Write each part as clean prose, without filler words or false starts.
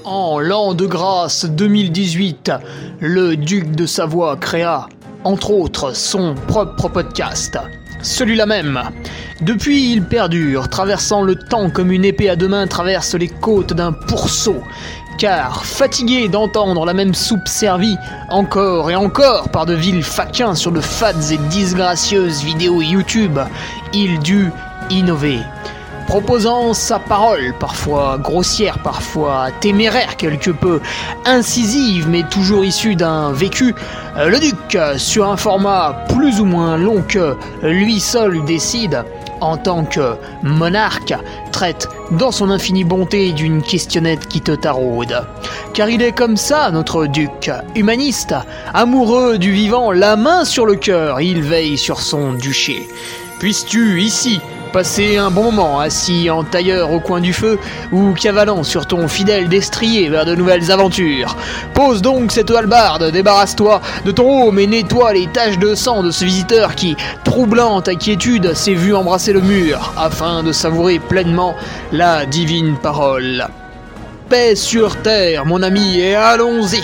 En l'an de grâce 2018, le duc de Savoie créa, entre autres, son propre podcast. Celui-là même. Depuis, il perdure, traversant le temps comme une épée à deux mains traverse les côtes d'un pourceau. Car, fatigué d'entendre la même soupe servie, encore et encore par de vils faquins sur de fades et disgracieuses vidéos YouTube, il dut innover. Proposant sa parole, parfois grossière, parfois téméraire quelque peu, incisive mais toujours issue d'un vécu, le duc, sur un format plus ou moins long que lui seul décide, en tant que monarque, traite dans son infinie bonté d'une questionnette qui te taraude. Car il est comme ça, notre duc, humaniste, amoureux du vivant, la main sur le cœur, il veille sur son duché. Puisses-tu, ici, passer un bon moment assis en tailleur au coin du feu ou cavalant sur ton fidèle destrier vers de nouvelles aventures. Pose donc cette hallebarde, débarrasse-toi de ton home et nettoie les taches de sang de ce visiteur qui, troublant ta quiétude, s'est vu embrasser le mur afin de savourer pleinement la divine parole. Paix sur terre, mon ami, et allons-y!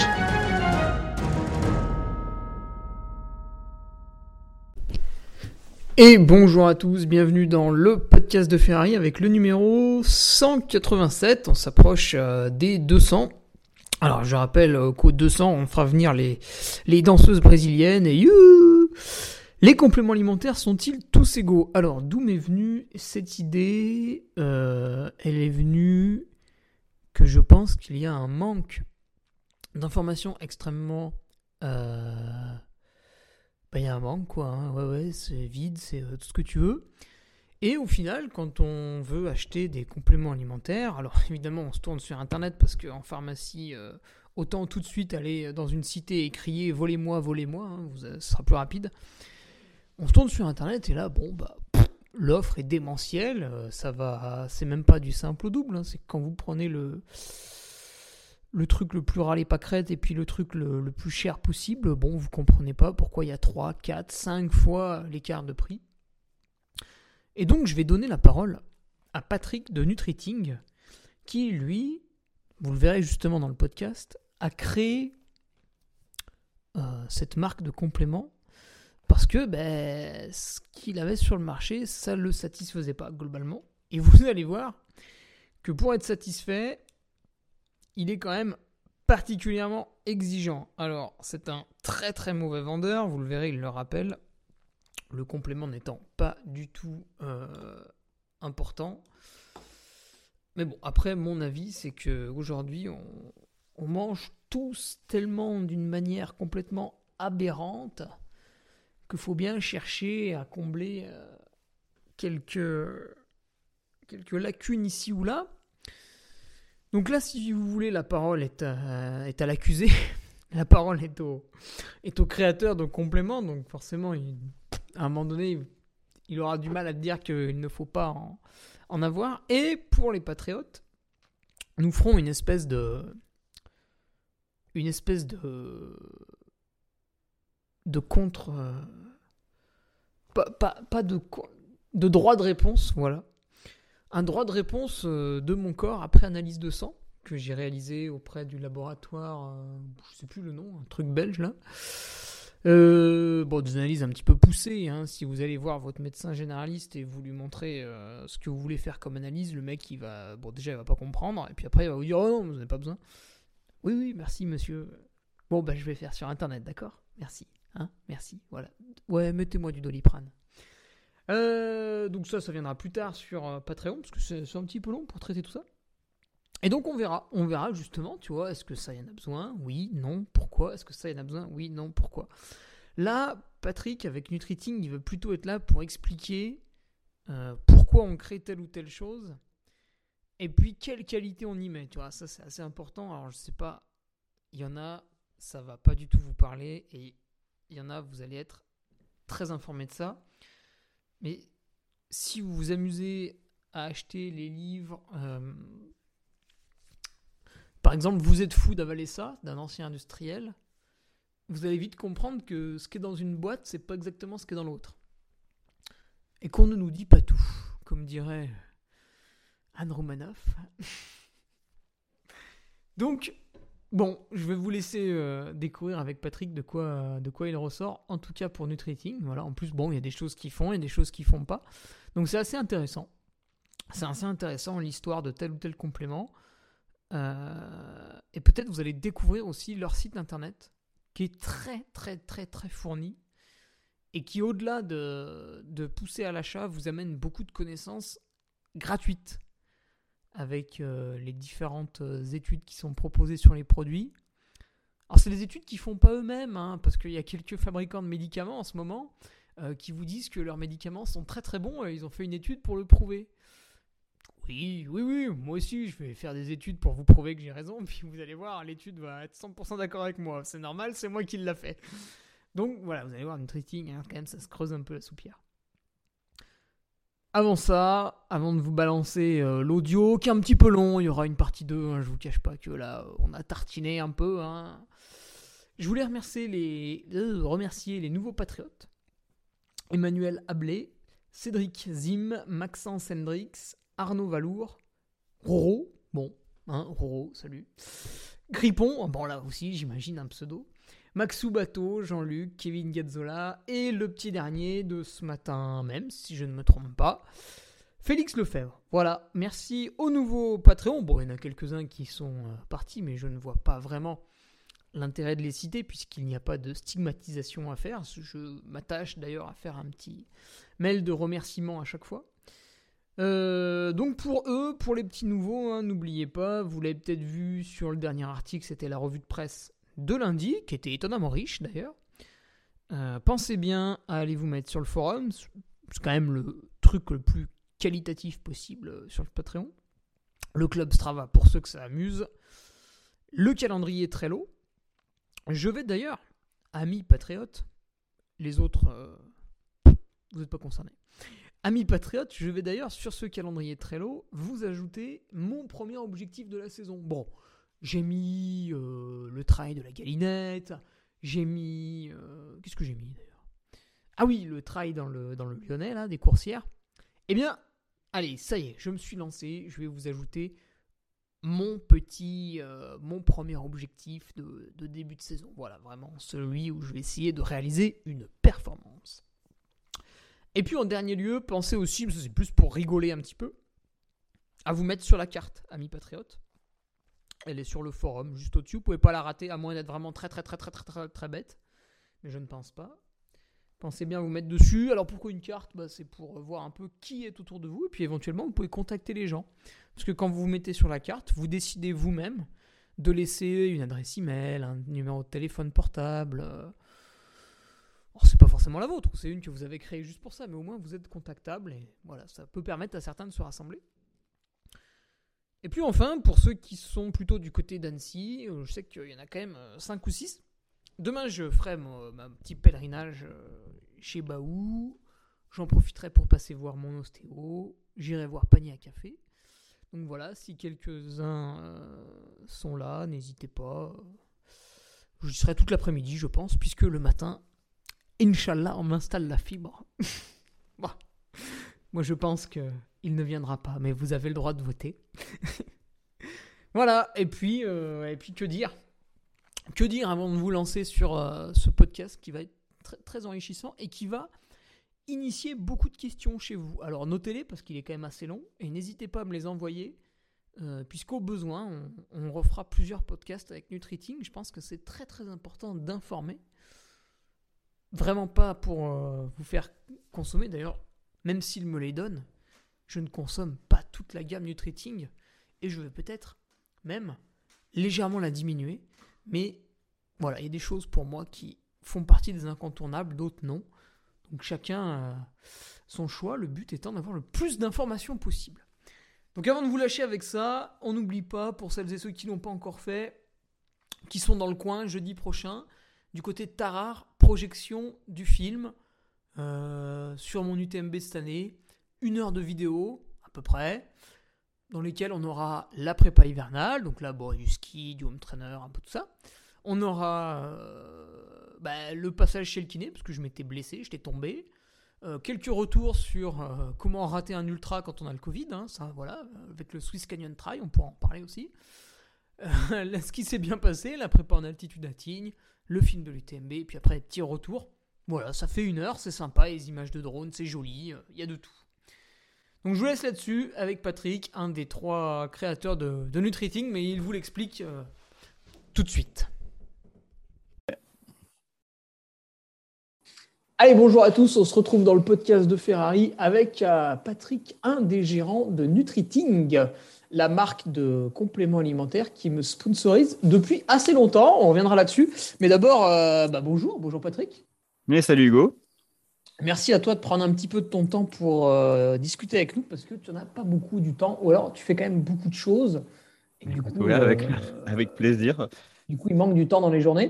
Et bonjour à tous, bienvenue dans le podcast de Ferrari avec le numéro 187, on s'approche des 200. Alors je rappelle qu'au 200 on fera venir les danseuses brésiliennes et les compléments alimentaires sont-ils tous égaux? Alors d'où m'est venue cette idée? Elle est venue que je pense qu'il y a un manque d'informations extrêmement... il y a un manque quoi, hein. Ouais, c'est vide, c'est tout ce que tu veux. Et au final, quand on veut acheter des compléments alimentaires, alors évidemment on se tourne sur internet parce qu'en pharmacie, autant tout de suite aller dans une cité et crier volez-moi, hein, ce sera plus rapide. On se tourne sur internet et là, l'offre est démentielle, c'est même pas du simple au double, hein, c'est quand vous prenez le truc le plus râlé pas crête et puis le truc le plus cher possible, vous comprenez pas pourquoi il y a 3, 4, 5 fois l'écart de prix. Et donc je vais donner la parole à Patrick de Nutriting, qui lui, vous le verrez justement dans le podcast, a créé cette marque de compléments parce que ce qu'il avait sur le marché, ça le satisfaisait pas globalement. Et vous allez voir que pour être satisfait, il est quand même particulièrement exigeant. Alors, c'est un très très mauvais vendeur, vous le verrez, il le rappelle, le complément n'étant pas du tout important. Mais bon, après, mon avis, c'est qu'aujourd'hui, on mange tous tellement d'une manière complètement aberrante qu'il faut bien chercher à combler quelques lacunes ici ou là. Donc là, si vous voulez, la parole est à l'accusé. La parole est au créateur de compléments. Donc forcément, à un moment donné, il aura du mal à dire qu'il ne faut pas en avoir. Et pour les patriotes, nous ferons une espèce de contre... pas de droit de réponse, voilà. Un droit de réponse de mon corps après analyse de sang que j'ai réalisé auprès du laboratoire, je sais plus le nom, un truc belge là. Des analyses un petit peu poussées, hein. Si vous allez voir votre médecin généraliste et vous lui montrez ce que vous voulez faire comme analyse, le mec il va pas comprendre et puis après il va vous dire oh non, vous n'avez pas besoin. Oui, merci monsieur. Je vais faire sur internet, d'accord? Merci, hein, merci, voilà. Ouais, mettez-moi du Doliprane. Donc ça viendra plus tard sur Patreon parce que c'est un petit peu long pour traiter tout ça. Et donc on verra justement, tu vois, est-ce que ça y en a besoin? Oui, non, pourquoi? Est-ce que ça y en a besoin? Oui, non, pourquoi? Là, Patrick avec Nutriting, il veut plutôt être là pour expliquer pourquoi on crée telle ou telle chose et puis quelle qualité on y met, tu vois, ça c'est assez important. Alors je sais pas, il y en a, ça va pas du tout vous parler et il y en a, vous allez être très informé de ça. Mais si vous vous amusez à acheter les livres, par exemple, vous êtes fou d'avaler ça, d'un ancien industriel, vous allez vite comprendre que ce qui est dans une boîte, c'est pas exactement ce qui est dans l'autre. Et qu'on ne nous dit pas tout, comme dirait Anne Romanoff. Donc, bon, je vais vous laisser découvrir avec Patrick de quoi il ressort, en tout cas pour Nutriting. Voilà. En plus, bon, il y a des choses qui font, il y a des choses qui font pas. Donc c'est assez intéressant. C'est assez intéressant l'histoire de tel ou tel complément. Et peut-être vous allez découvrir aussi leur site internet qui est très très très très fourni et qui, au-delà de pousser à l'achat, vous amène beaucoup de connaissances gratuites avec les différentes études qui sont proposées sur les produits. Alors c'est des études qu'ils font pas eux-mêmes, hein, parce qu'il y a quelques fabricants de médicaments en ce moment qui vous disent que leurs médicaments sont très très bons et ils ont fait une étude pour le prouver. Oui, moi aussi je vais faire des études pour vous prouver que j'ai raison, puis vous allez voir, l'étude va être 100% d'accord avec moi, c'est normal, c'est moi qui l'ai fait. Donc voilà, vous allez voir, Nutriting, hein, quand même ça se creuse un peu la soupière. Avant ça, avant de vous balancer l'audio, qui est un petit peu long, il y aura une partie 2, hein, je vous cache pas que là, on a tartiné un peu. Hein. Je voulais remercier les nouveaux patriotes. Emmanuel Ablé, Cédric Zim, Maxence Hendrix, Arnaud Valour, Roro, Roro, salut. Grippon, bon là aussi j'imagine un pseudo. Maxou Bateau, Jean-Luc, Kevin Gazzola et le petit dernier de ce matin même, si je ne me trompe pas, Félix Lefebvre. Voilà, merci aux nouveaux Patreons. Bon, il y en a quelques-uns qui sont partis, mais je ne vois pas vraiment l'intérêt de les citer puisqu'il n'y a pas de stigmatisation à faire. Je m'attache d'ailleurs à faire un petit mail de remerciement à chaque fois. Donc pour eux, pour les petits nouveaux, hein, n'oubliez pas, vous l'avez peut-être vu sur le dernier article, c'était la revue de presse de lundi, qui était étonnamment riche d'ailleurs. Pensez bien à aller vous mettre sur le forum, c'est quand même le truc le plus qualitatif possible sur le Patreon. Le club Strava pour ceux que ça amuse. Le calendrier Trello. Je vais d'ailleurs, amis patriotes, les autres, vous n'êtes pas concernés. Amis patriotes, je vais d'ailleurs sur ce calendrier Trello vous ajouter mon premier objectif de la saison. Bon, j'ai mis le trail de la Galinette, j'ai mis... qu'est-ce que j'ai mis d'ailleurs ? Ah oui, le trail dans le Lyonnais, là, des coursières. Eh bien, allez, ça y est, je me suis lancé, je vais vous ajouter mon premier objectif de début de saison. Voilà, vraiment celui où je vais essayer de réaliser une performance. Et puis en dernier lieu, pensez aussi, parce que c'est plus pour rigoler un petit peu, à vous mettre sur la carte, amis patriotes. Elle est sur le forum, juste au-dessus. Vous ne pouvez pas la rater, à moins d'être vraiment très très très très très très très bête. Mais je ne pense pas. Pensez bien à vous mettre dessus. Alors pourquoi une carte ? C'est pour voir un peu qui est autour de vous. Et puis éventuellement, vous pouvez contacter les gens. Parce que quand vous vous mettez sur la carte, vous décidez vous-même de laisser une adresse email, un numéro de téléphone portable. Alors, c'est pas forcément la vôtre, c'est une que vous avez créée juste pour ça, mais au moins vous êtes contactable. Et voilà, ça peut permettre à certains de se rassembler. Et puis enfin, pour ceux qui sont plutôt du côté d'Annecy, je sais qu'il y en a quand même 5 ou 6. Demain, je ferai mon petit pèlerinage chez Baou. J'en profiterai pour passer voir mon ostéo. J'irai voir Panier à Café. Donc voilà, si quelques-uns sont là, n'hésitez pas. J'y serai toute l'après-midi, je pense, puisque le matin, Inch'Allah, on m'installe la fibre. Bon. Moi, je pense qu'il ne viendra pas, mais vous avez le droit de voter. Voilà, et puis que dire ? Que dire avant de vous lancer sur ce podcast qui va être très, très enrichissant et qui va initier beaucoup de questions chez vous. Alors notez-les parce qu'il est quand même assez long et n'hésitez pas à me les envoyer puisqu'au besoin, on refera plusieurs podcasts avec Nutriting. Je pense que c'est très très important d'informer. Vraiment pas pour vous faire consommer. D'ailleurs, même s'il me les donne, je ne consomme pas toute la gamme Nutriting et je vais peut-être même légèrement la diminuer. Mais voilà, il y a des choses pour moi qui font partie des incontournables, d'autres non. Donc chacun son choix, le but étant d'avoir le plus d'informations possible. Donc avant de vous lâcher avec ça, on n'oublie pas, pour celles et ceux qui n'ont pas encore fait, qui sont dans le coin jeudi prochain, du côté de Tarare, projection du film sur mon UTMB cette année, 1 heure de vidéo à peu près, dans lesquelles on aura la prépa hivernale, donc là du ski, du home trainer, un peu tout ça. On aura le passage chez le kiné, parce que je m'étais blessé, j'étais tombé. Quelques retours sur comment rater un ultra quand on a le Covid, hein, ça voilà, avec le Swiss Canyon Trail, on pourra en parler aussi. Ce qui s'est bien passé, la prépa en altitude à Tignes, le film de l'UTMB, et puis après, petit retour. Voilà, ça fait 1 heure, c'est sympa, les images de drone, c'est joli, il y a de tout. Donc je vous laisse là-dessus avec Patrick, un des 3 créateurs de Nutriting, mais il vous l'explique tout de suite. Allez, bonjour à tous, on se retrouve dans le podcast de Ferrari avec Patrick, un des gérants de Nutriting, la marque de compléments alimentaires qui me sponsorise depuis assez longtemps. On reviendra là-dessus. Mais d'abord, bonjour Patrick. Mais salut Hugo. Merci à toi de prendre un petit peu de ton temps pour discuter avec nous parce que tu n'en as pas beaucoup du temps ou alors tu fais quand même beaucoup de choses. Et du coup, Ouais, avec plaisir. Du coup, il manque du temps dans les journées.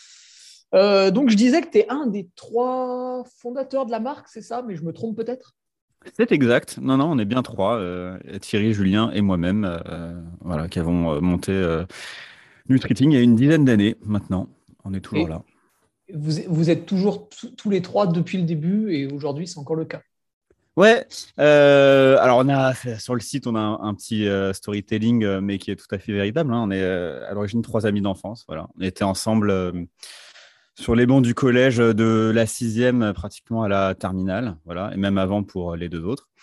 Donc, je disais que tu es un des 3 fondateurs de la marque, c'est ça? Mais je me trompe peut-être? C'est exact. Non, on est bien 3. Thierry, Julien et moi-même, voilà, qui avons monté Nutriting il y a une dizaine d'années maintenant. On est toujours Et là. vous êtes toujours tous les 3 depuis le début et aujourd'hui, c'est encore le cas. Ouais. Alors, on a sur le site, on a un petit storytelling, mais qui est tout à fait véritable, hein. On est à l'origine 3 amis d'enfance. Voilà. On était ensemble sur les bancs du collège de la 6e pratiquement à la terminale, voilà, et même avant pour les 2 autres.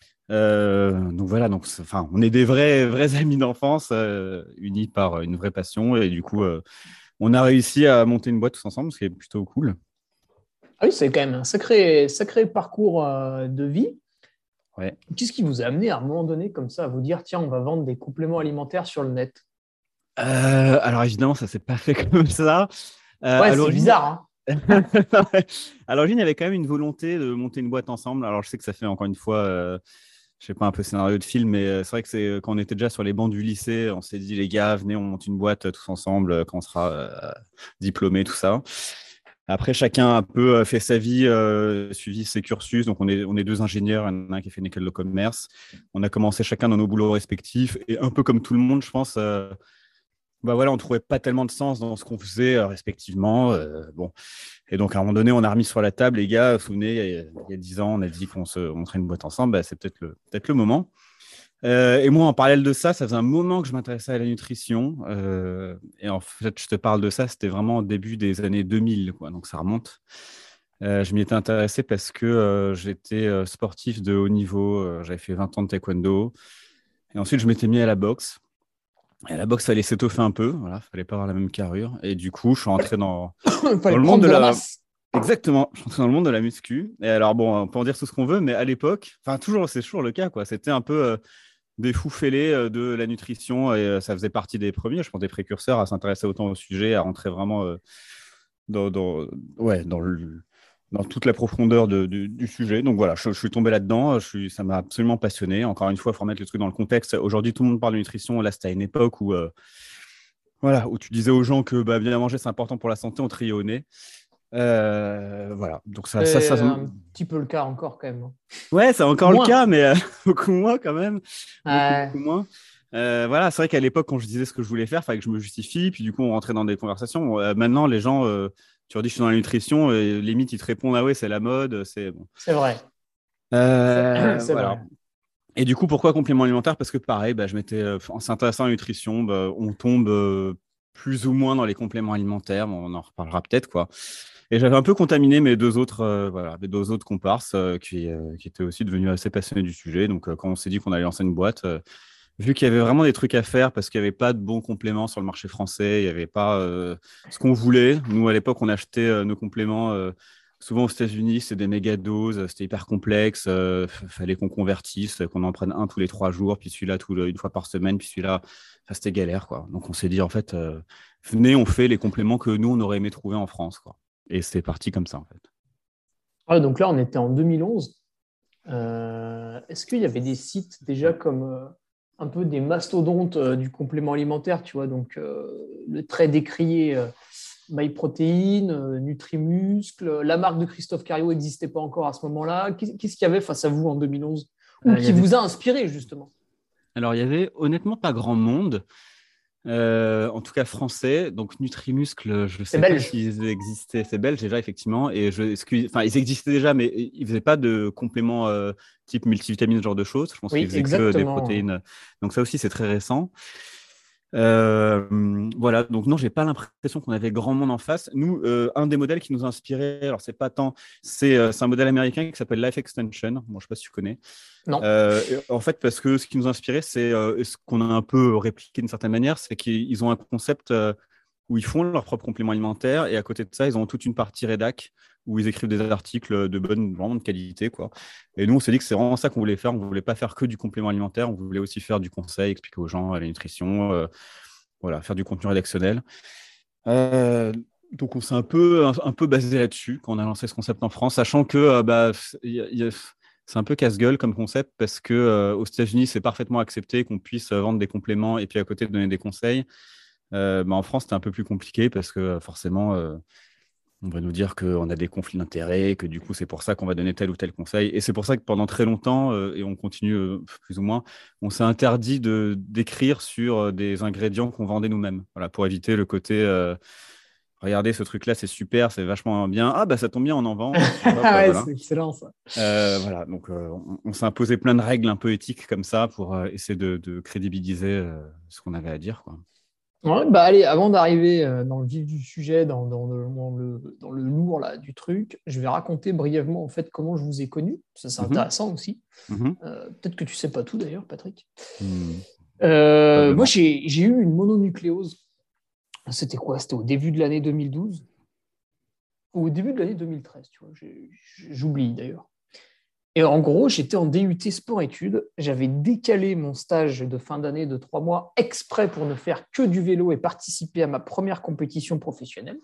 Donc voilà, on est des vrais amis d'enfance unis par une vraie passion et du coup, on a réussi à monter une boîte tous ensemble, ce qui est plutôt cool. Ah oui, c'est quand même un sacré parcours de vie. Ouais. Qu'est-ce qui vous a amené à un moment donné comme ça à vous dire, tiens, on va vendre des compléments alimentaires sur le net? Alors évidemment, ça s'est pas fait comme ça. Ouais, c'est bizarre, hein. À l'origine, il y avait quand même une volonté de monter une boîte ensemble. Alors je sais que ça fait encore une fois, je sais pas, un peu scénario de film, mais c'est vrai que c'est quand on était déjà sur les bancs du lycée, on s'est dit les gars, venez, on monte une boîte tous ensemble quand on sera diplômés, tout ça. Après, chacun a un peu fait sa vie, suivi ses cursus. Donc, on est 2 ingénieurs, il y en a un qui a fait une école de commerce. On a commencé chacun dans nos boulots respectifs. Et un peu comme tout le monde, je pense, on ne trouvait pas tellement de sens dans ce qu'on faisait respectivement. Bon. Et donc, à un moment donné, on a remis sur la table, les gars, vous vous souvenez, il y a 10 ans, on a dit qu'on se montrait une boîte ensemble. C'est peut-être le moment. Et moi, en parallèle de ça, ça faisait un moment que je m'intéressais à la nutrition. Et en fait, je te parle de ça, c'était vraiment au début des années 2000, quoi, donc ça remonte. Je m'y étais intéressé parce que j'étais sportif de haut niveau. J'avais fait 20 ans de taekwondo. Et ensuite, je m'étais mis à la boxe. Et à la boxe, il fallait s'étoffer un peu. Voilà, fallait pas avoir la même carrure. Et du coup, je suis rentré dans Fallait le monde prendre de de la la... masse. Exactement, je suis rentré dans le monde de la muscu. Et alors, bon, on peut en dire tout ce qu'on veut, mais à l'époque, c'est toujours le cas, quoi. C'était un peu des fous fêlés de la nutrition et ça faisait partie des premiers, je pense, des précurseurs à s'intéresser autant au sujet, à rentrer vraiment dans, dans, ouais, dans toute la profondeur du sujet. Donc voilà, je suis tombé là-dedans, ça m'a absolument passionné. Encore une fois, il faut remettre le truc dans le contexte. Aujourd'hui, tout le monde parle de nutrition. Là, c'était à une époque où, où tu disais aux gens que bien manger, c'est important pour la santé, on triait au nez. Voilà, donc C'est un petit peu le cas encore quand même. Ouais, c'est encore le cas, mais beaucoup moins quand même. Beaucoup moins. Voilà, c'est vrai qu'à l'époque, quand je disais ce que je voulais faire, il fallait que je me justifie. Puis du coup, on rentrait dans des conversations. Maintenant, les gens, tu leur dis je suis dans la nutrition, et limite, ils te répondent ah ouais, c'est la mode. C'est bon. C'est vrai. C'est voilà. vrai. Et du coup, pourquoi complément alimentaire? Parce que pareil, je m'étais, en s'intéressant à la nutrition, on tombe plus ou moins dans les compléments alimentaires. Bon, on en reparlera peut-être, quoi. Et j'avais un peu contaminé mes 2 autres, mes 2 autres comparses qui étaient aussi devenus assez passionnés du sujet. Donc, quand on s'est dit qu'on allait lancer une boîte, vu qu'il y avait vraiment des trucs à faire parce qu'il n'y avait pas de bons compléments sur le marché français, il n'y avait pas ce qu'on voulait. Nous, à l'époque, on achetait nos compléments souvent aux États-Unis, c'est des méga doses, c'était hyper complexe. Fallait qu'on convertisse, qu'on en prenne un tous les 3 jours, puis celui-là une fois par semaine, puis celui-là, c'était galère, quoi. Donc, on s'est dit, en fait, venez, on fait les compléments que nous, on aurait aimé trouver en France, quoi. Et c'est parti comme ça, en fait. Ah, donc là, on était en 2011. Est-ce qu'il y avait des sites déjà comme un peu des mastodontes du complément alimentaire, tu vois, donc le très décrié MyProtein, Nutrimuscle, la marque de Christophe Cario n'existait pas encore à ce moment-là. Qu'est-ce qu'il y avait face à vous en 2011 ou qui vous a inspiré, justement? Alors, il y avait honnêtement pas grand monde. En tout cas français, donc Nutrimuscle, je ne sais pas s'ils existaient, c'est belge déjà effectivement, et ils existaient déjà, mais ils ne faisaient pas de compléments type multivitamines, ce genre de choses. Je pense qu'ils faisaient que des protéines. Donc ça aussi c'est très récent. Voilà, donc non, j'ai pas l'impression qu'on avait grand monde en face. Nous, un des modèles qui nous a inspiré, alors c'est pas tant, c'est un modèle américain qui s'appelle Life Extension. Bon, je sais pas si tu connais. Non. En fait, parce que ce qui nous a inspiré, c'est ce qu'on a un peu répliqué d'une certaine manière, c'est qu'ils ont un concept où ils font leur propre complément alimentaire et à côté de ça, ils ont toute une partie rédac où ils écrivent des articles de bonne, vraiment de qualité, quoi. Et nous, on s'est dit que c'est vraiment ça qu'on voulait faire. On voulait pas faire que du complément alimentaire, on voulait aussi faire du conseil, expliquer aux gens la nutrition, voilà, faire du contenu rédactionnel. Donc, on s'est un peu basé là-dessus quand on a lancé ce concept en France, sachant que c'est un peu casse-gueule comme concept parce que aux États-Unis, c'est parfaitement accepté qu'on puisse vendre des compléments et puis à côté donner des conseils. En France, c'était un peu plus compliqué parce que forcément, on va nous dire qu'on a des conflits d'intérêts, que du coup, c'est pour ça qu'on va donner tel ou tel conseil. Et c'est pour ça que pendant très longtemps, et on continue plus ou moins, on s'est interdit d'écrire sur des ingrédients qu'on vendait nous-mêmes. Voilà, pour éviter le côté regardez, ce truc-là, c'est super, c'est vachement bien. Ah, bah ça tombe bien, on en vend. Et puis, hop, Ouais, voilà. c'est excellent ça. Voilà, donc on s'est imposé plein de règles un peu éthiques comme ça pour essayer de crédibiliser ce qu'on avait à dire, quoi. Ouais, bah allez, avant d'arriver dans le vif du sujet, dans le lourd là, du truc, je vais raconter brièvement en fait comment je vous ai connu. Ça, c'est Mhm, intéressant aussi. mhm, Peut-être que tu sais pas tout d'ailleurs, Patrick. mhm, Moi, probablement. j'ai eu une mononucléose. C'était quoi? C'était au début de l'année 2012 ou au début de l'année 2013, tu vois. J'oublie d'ailleurs. Et en gros, j'étais en DUT sport-études. J'avais décalé mon stage de fin d'année de 3 mois exprès pour ne faire que du vélo et participer à ma première compétition professionnelle.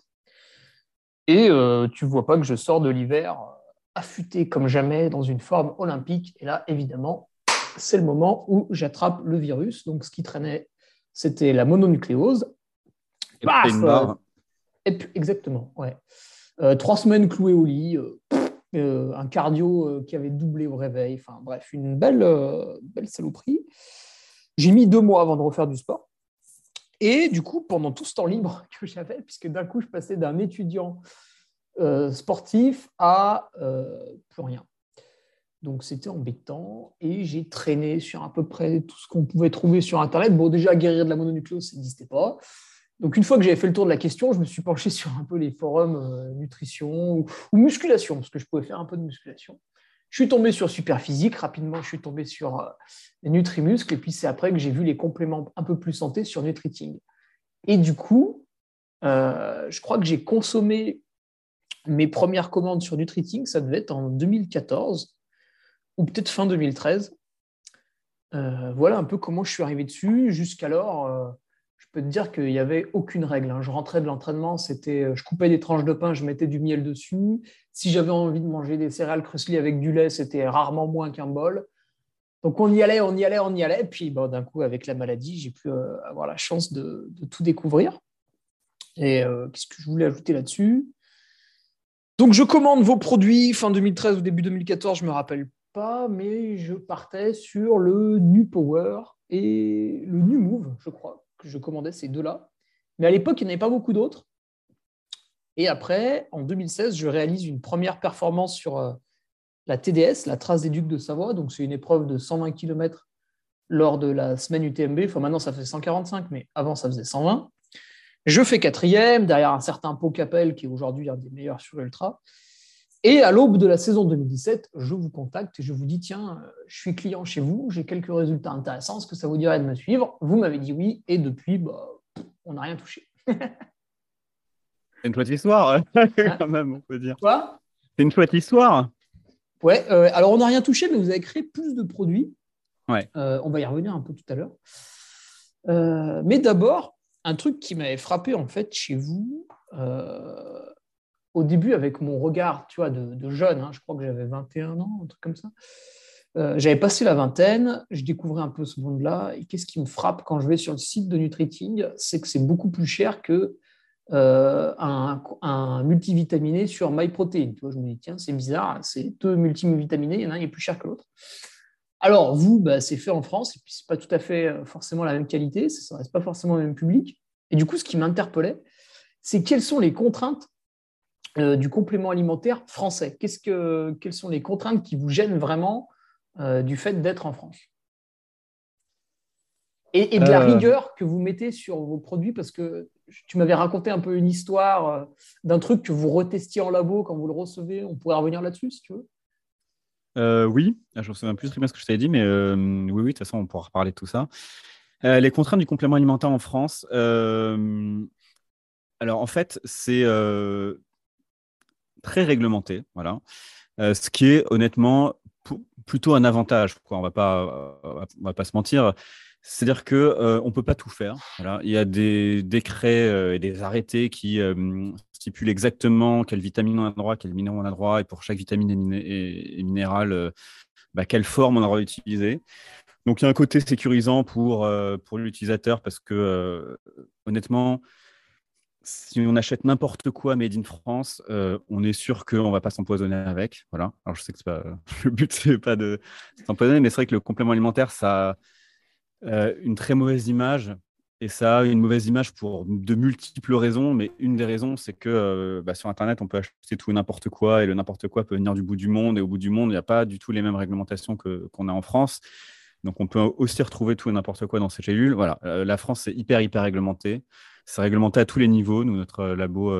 Et tu vois pas que je sors de l'hiver affûté comme jamais dans une forme olympique. Et là, évidemment, c'est le moment où j'attrape le virus. Donc, ce qui traînait, c'était la mononucléose. Et puis, t'as Paf une barre. exactement, ouais. 3 semaines cloué au lit, un cardio qui avait doublé au réveil. Enfin, bref, une belle saloperie. J'ai mis 2 mois avant de refaire du sport. Et du coup, pendant tout ce temps libre que j'avais, puisque d'un coup, je passais d'un étudiant sportif à plus rien. Donc, c'était embêtant. Et j'ai traîné sur à peu près tout ce qu'on pouvait trouver sur Internet. Bon, déjà, guérir de la mononucléose, ça n'existait pas. Donc, une fois que j'avais fait le tour de la question, je me suis penché sur un peu les forums nutrition ou musculation, parce que je pouvais faire un peu de musculation. Je suis tombé sur Superphysique. Rapidement, je suis tombé sur Nutrimuscle. Et puis, c'est après que j'ai vu les compléments un peu plus santé sur Nutriting. Et du coup, je crois que j'ai consommé mes premières commandes sur Nutriting, ça devait être en 2014 ou peut-être fin 2013. Voilà un peu comment je suis arrivé dessus. Jusqu'alors, je peux te dire qu'il n'y avait aucune règle. Je rentrais de l'entraînement, je coupais des tranches de pain, je mettais du miel dessus. Si j'avais envie de manger des céréales crusley avec du lait, c'était rarement moins qu'un bol. Donc on y allait, on y allait, on y allait. Puis d'un coup, avec la maladie, j'ai pu avoir la chance de tout découvrir. Et qu'est-ce que je voulais ajouter là-dessus? Donc, je commande vos produits fin 2013 ou début 2014, je ne me rappelle pas, mais je partais sur le New Power et le New Move, je crois, que je commandais ces deux-là. Mais à l'époque, il n'y en avait pas beaucoup d'autres. Et après, en 2016, je réalise une première performance sur la TDS, la Trace des Ducs de Savoie. Donc, c'est une épreuve de 120 km lors de la semaine UTMB. Enfin, maintenant, ça fait 145, mais avant, ça faisait 120. Je fais quatrième, derrière un certain Pau Capel, qui est aujourd'hui un des meilleurs sur Ultra. Et à l'aube de la saison 2017, je vous contacte et je vous dis, tiens, je suis client chez vous, j'ai quelques résultats intéressants, est-ce que ça vous dirait de me suivre? Vous m'avez dit oui, et depuis, on n'a rien touché. C'est une chouette histoire, Hein? quand même, on peut dire. Quoi? C'est une chouette histoire. Ouais, alors on n'a rien touché, mais vous avez créé plus de produits. Ouais. On va y revenir un peu tout à l'heure. Mais d'abord, un truc qui m'avait frappé en fait chez vous, au début avec mon regard, tu vois, de jeune, je crois que j'avais 21 ans, un truc comme ça. J'avais passé la vingtaine, je découvrais un peu ce monde-là. Et qu'est-ce qui me frappe quand je vais sur le site de Nutriting, c'est que c'est beaucoup plus cher que un multivitaminé sur MyProtein. Tu vois, je me dis, tiens, c'est bizarre, c'est deux multivitaminés, il y en a un qui est plus cher que l'autre. Alors, vous, c'est fait en France, et puis c'est pas tout à fait forcément la même qualité, ça ne reste pas forcément le même public. Et du coup, ce qui m'interpellait, c'est quelles sont les contraintes du complément alimentaire français. Quelles sont les contraintes qui vous gênent vraiment du fait d'être en France? Et de la Euh, rigueur que vous mettez sur vos produits, parce que tu m'avais raconté un peu une histoire d'un truc que vous retestiez en labo quand vous le recevez. On pourrait revenir là-dessus si tu veux. oui, je me souviens plus très bien ce que je t'avais dit, mais oui, oui, de toute façon, on pourra reparler de tout ça. Les contraintes du complément alimentaire en France. Alors, en fait, c'est très réglementé, voilà. Ce qui est honnêtement plutôt un avantage, quoi. On va pas se mentir. C'est-à-dire que on peut pas tout faire. Voilà. Il y a des décrets et des arrêtés qui stipulent exactement quelle vitamine on a droit, quel minéraux on a droit, et pour chaque vitamine et minéral, quelle forme on a droit d'utiliser. Donc il y a un côté sécurisant pour l'utilisateur parce que honnêtement, si on achète n'importe quoi made in France, on est sûr qu'on ne va pas s'empoisonner avec. Voilà. Alors, je sais que pas, le but, c'est pas de s'empoisonner, mais c'est vrai que le complément alimentaire, ça a une très mauvaise image. Et ça a une mauvaise image pour de multiples raisons. Mais une des raisons, c'est que sur Internet, on peut acheter tout et n'importe quoi. Et le n'importe quoi peut venir du bout du monde. Et au bout du monde, il n'y a pas du tout les mêmes réglementations qu'on a en France. Donc, on peut aussi retrouver tout et n'importe quoi dans ces cellules. Voilà. La France, c'est hyper, hyper réglementé. C'est réglementé à tous les niveaux. Nous, notre labo,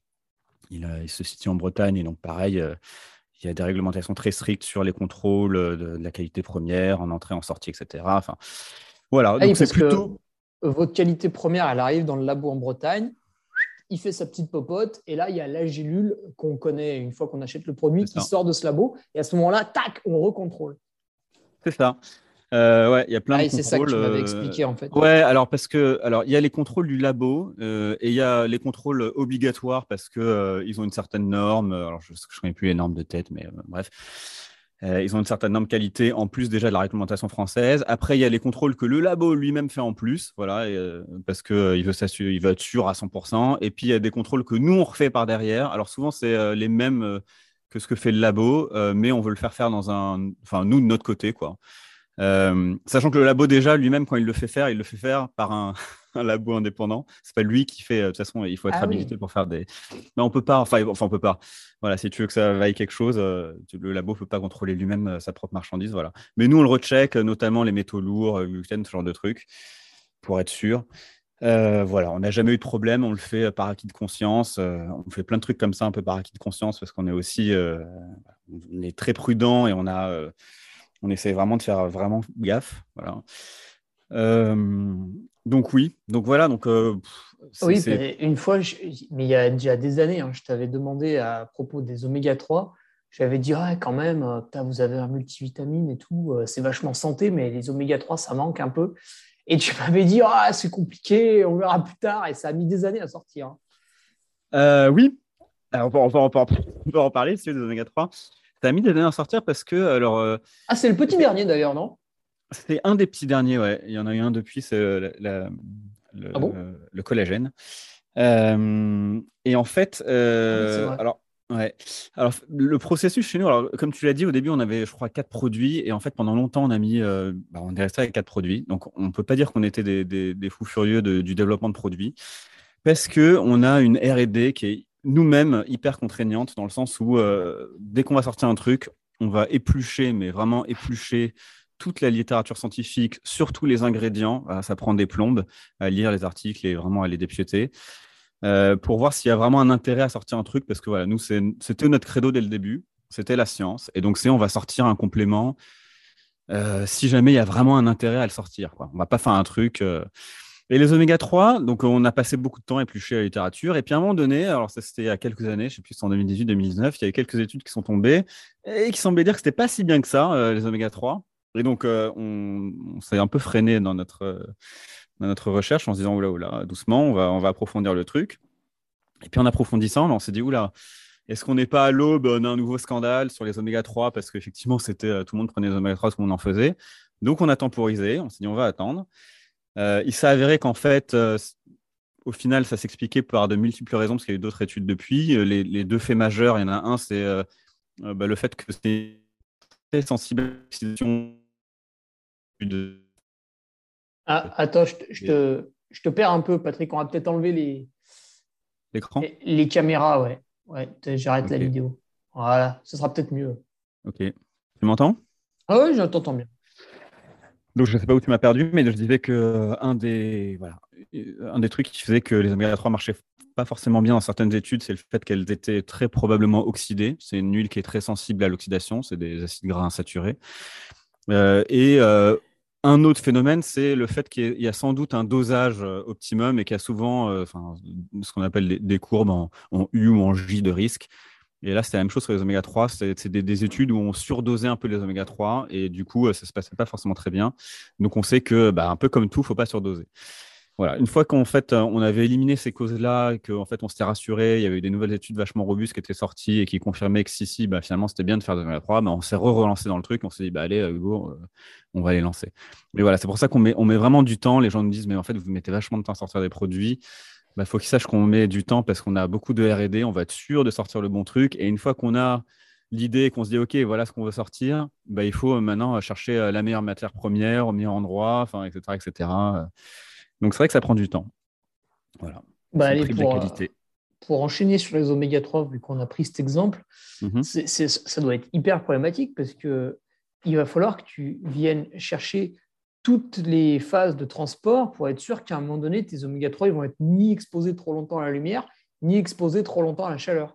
il se situe en Bretagne. Et donc, pareil, il y a des réglementations très strictes sur les contrôles de la qualité première, en entrée, en sortie, etc. Enfin, voilà. Ah oui, Donc, c'est parce que plutôt. votre qualité première, elle arrive dans le labo en Bretagne, il fait sa petite popote, et là, il y a la gélule qu'on connaît une fois qu'on achète le produit C'est qui ça. sort de ce labo, et à ce moment-là, tac, on recontrôle. C'est ça. Ouais, il y a plein Ah, de et c'est ça que contrôles. tu m'avais expliqué, en fait. Ouais, alors il y a les contrôles du labo et il y a les contrôles obligatoires parce que ils ont une certaine norme. Alors je ne connais plus les normes de tête, mais bref. Ils ont une certaine norme qualité en plus déjà de la réglementation française. Après, il y a les contrôles que le labo lui-même fait en plus, voilà, parce que il veut être sûr à 100%. Et puis il y a des contrôles que nous on refait par derrière. Alors souvent c'est les mêmes que ce que fait le labo, mais on veut le faire enfin nous de notre côté, quoi. Sachant que le labo, déjà, lui-même, quand il le fait faire par un labo indépendant. C'est pas lui qui fait. De toute façon, il faut être Ah oui. habilité pour faire des. Mais on peut pas. Enfin, on peut pas. Voilà, si tu veux que ça vaille quelque chose, le labo peut pas contrôler lui-même sa propre marchandise. Voilà. Mais nous, on le recheck, notamment les métaux lourds, le gluten, ce genre de trucs, pour être sûr. Voilà, on n'a jamais eu de problème. On le fait par acquis de conscience. On fait plein de trucs comme ça, un peu par acquis de conscience, parce qu'on est aussi. On est très prudent et on essaie vraiment de faire vraiment gaffe. Voilà. Euh, donc oui, donc voilà, donc Oui, c'est une fois, mais il y a déjà des années, hein, je t'avais demandé à propos des oméga 3. J'avais dit, ah, quand même, putain, vous avez un multivitamine et tout, c'est vachement santé, mais les oméga 3 ça manque un peu. Et tu m'avais dit, ah, c'est compliqué, on verra plus tard, et ça a mis des années à sortir, hein. oui. Alors, on peut en parler, celui des oméga 3. Ça a mis des années à sortir parce que alors Ah, c'est le petit c'est dernier d'ailleurs, non? c'est un des petits derniers, ouais. Il y en a eu un depuis, c'est Ah bon? le collagène. Et en fait, Ah oui, c'est vrai. alors, ouais. Alors, le processus chez nous, alors, comme tu l'as dit, au début, on avait, je crois, 4 produits. Et en fait, pendant longtemps, on est resté avec 4 produits. Donc, on ne peut pas dire qu'on était des fous furieux du développement de produits. Parce qu'on a une R&D qui est nous-mêmes hyper contraignante, dans le sens où dès qu'on va sortir un truc, on va éplucher, mais vraiment éplucher toute la littérature scientifique sur tous les ingrédients. Ça prend des plombes à lire les articles et vraiment à les dépioter pour voir s'il y a vraiment un intérêt à sortir un truc, parce que voilà, nous, c'était notre credo dès le début, c'était la science. Et donc, on va sortir un complément si jamais il y a vraiment un intérêt à le sortir, quoi. On va pas faire un truc. Et les oméga 3, donc on a passé beaucoup de temps à éplucher la littérature. Et puis à un moment donné, alors ça c'était il y a quelques années, je ne sais plus si c'est en 2018-2019, il y a eu quelques études qui sont tombées et qui semblaient dire que c'était pas si bien que ça, les oméga 3. Et donc on s'est un peu freiné dans notre recherche en se disant, oula, oula, doucement, on va approfondir le truc. Et puis en approfondissant, on s'est dit, oula, est-ce qu'on n'est pas à l'aube d'un nouveau scandale sur les oméga 3 parce qu'effectivement, tout le monde prenait les oméga 3, tout le monde en faisait. Donc on a temporisé, on s'est dit, on va attendre. Il s'est avéré qu'en fait, au final, ça s'expliquait par de multiples raisons, parce qu'il y a eu d'autres études depuis. Les deux faits majeurs, il y en a un, c'est le fait que c'est très sensible à l'oxydation de... Ah, attends, je te perds un peu, Patrick. On va peut-être enlever l'écran. les caméras, ouais. Ouais, j'arrête la Ok, vidéo. Voilà, ce sera peut-être mieux. ok. Tu m'entends? Ah oui, je t'entends bien. Donc, je ne sais pas où tu m'as perdu, mais je disais que un des trucs qui faisait que les oméga 3 marchaient pas forcément bien dans certaines études, c'est le fait qu'elles étaient très probablement oxydées. C'est une huile qui est très sensible à l'oxydation, c'est des acides gras insaturés. Un autre phénomène, c'est le fait qu'il y a sans doute un dosage optimum et qu'il y a souvent ce qu'on appelle des courbes en U ou en J de risque. Et là, c'était la même chose sur les oméga 3. C'est des études où on surdosait un peu les oméga 3 et du coup, ça ne se passait pas forcément très bien. Donc, on sait que, un peu comme tout, il ne faut pas surdoser. Voilà. Une fois qu'en fait, on avait éliminé ces causes-là et qu'en fait, on s'était rassuré, il y avait eu des nouvelles études vachement robustes qui étaient sorties et qui confirmaient que si, finalement, c'était bien de faire des oméga 3, on s'est relancé dans le truc. On s'est dit, allez, Hugo, on va les lancer. Mais voilà, c'est pour ça on met vraiment du temps. Les gens nous disent, mais en fait, vous mettez vachement de temps à sortir des produits. Faut qu'ils sachent qu'on met du temps parce qu'on a beaucoup de R&D, on va être sûr de sortir le bon truc. Et une fois qu'on a l'idée, qu'on se dit, OK, voilà ce qu'on veut sortir, il faut maintenant chercher la meilleure matière première, au meilleur endroit, etc., etc. Donc, c'est vrai que ça prend du temps. Voilà. C'est le Allez, prix de la qualité. pour enchaîner sur les oméga 3, vu qu'on a pris cet exemple, ça doit être hyper problématique parce que il va falloir que tu viennes chercher toutes les phases de transport pour être sûr qu'à un moment donné, tes oméga 3 ils vont être ni exposés trop longtemps à la lumière, ni exposés trop longtemps à la chaleur.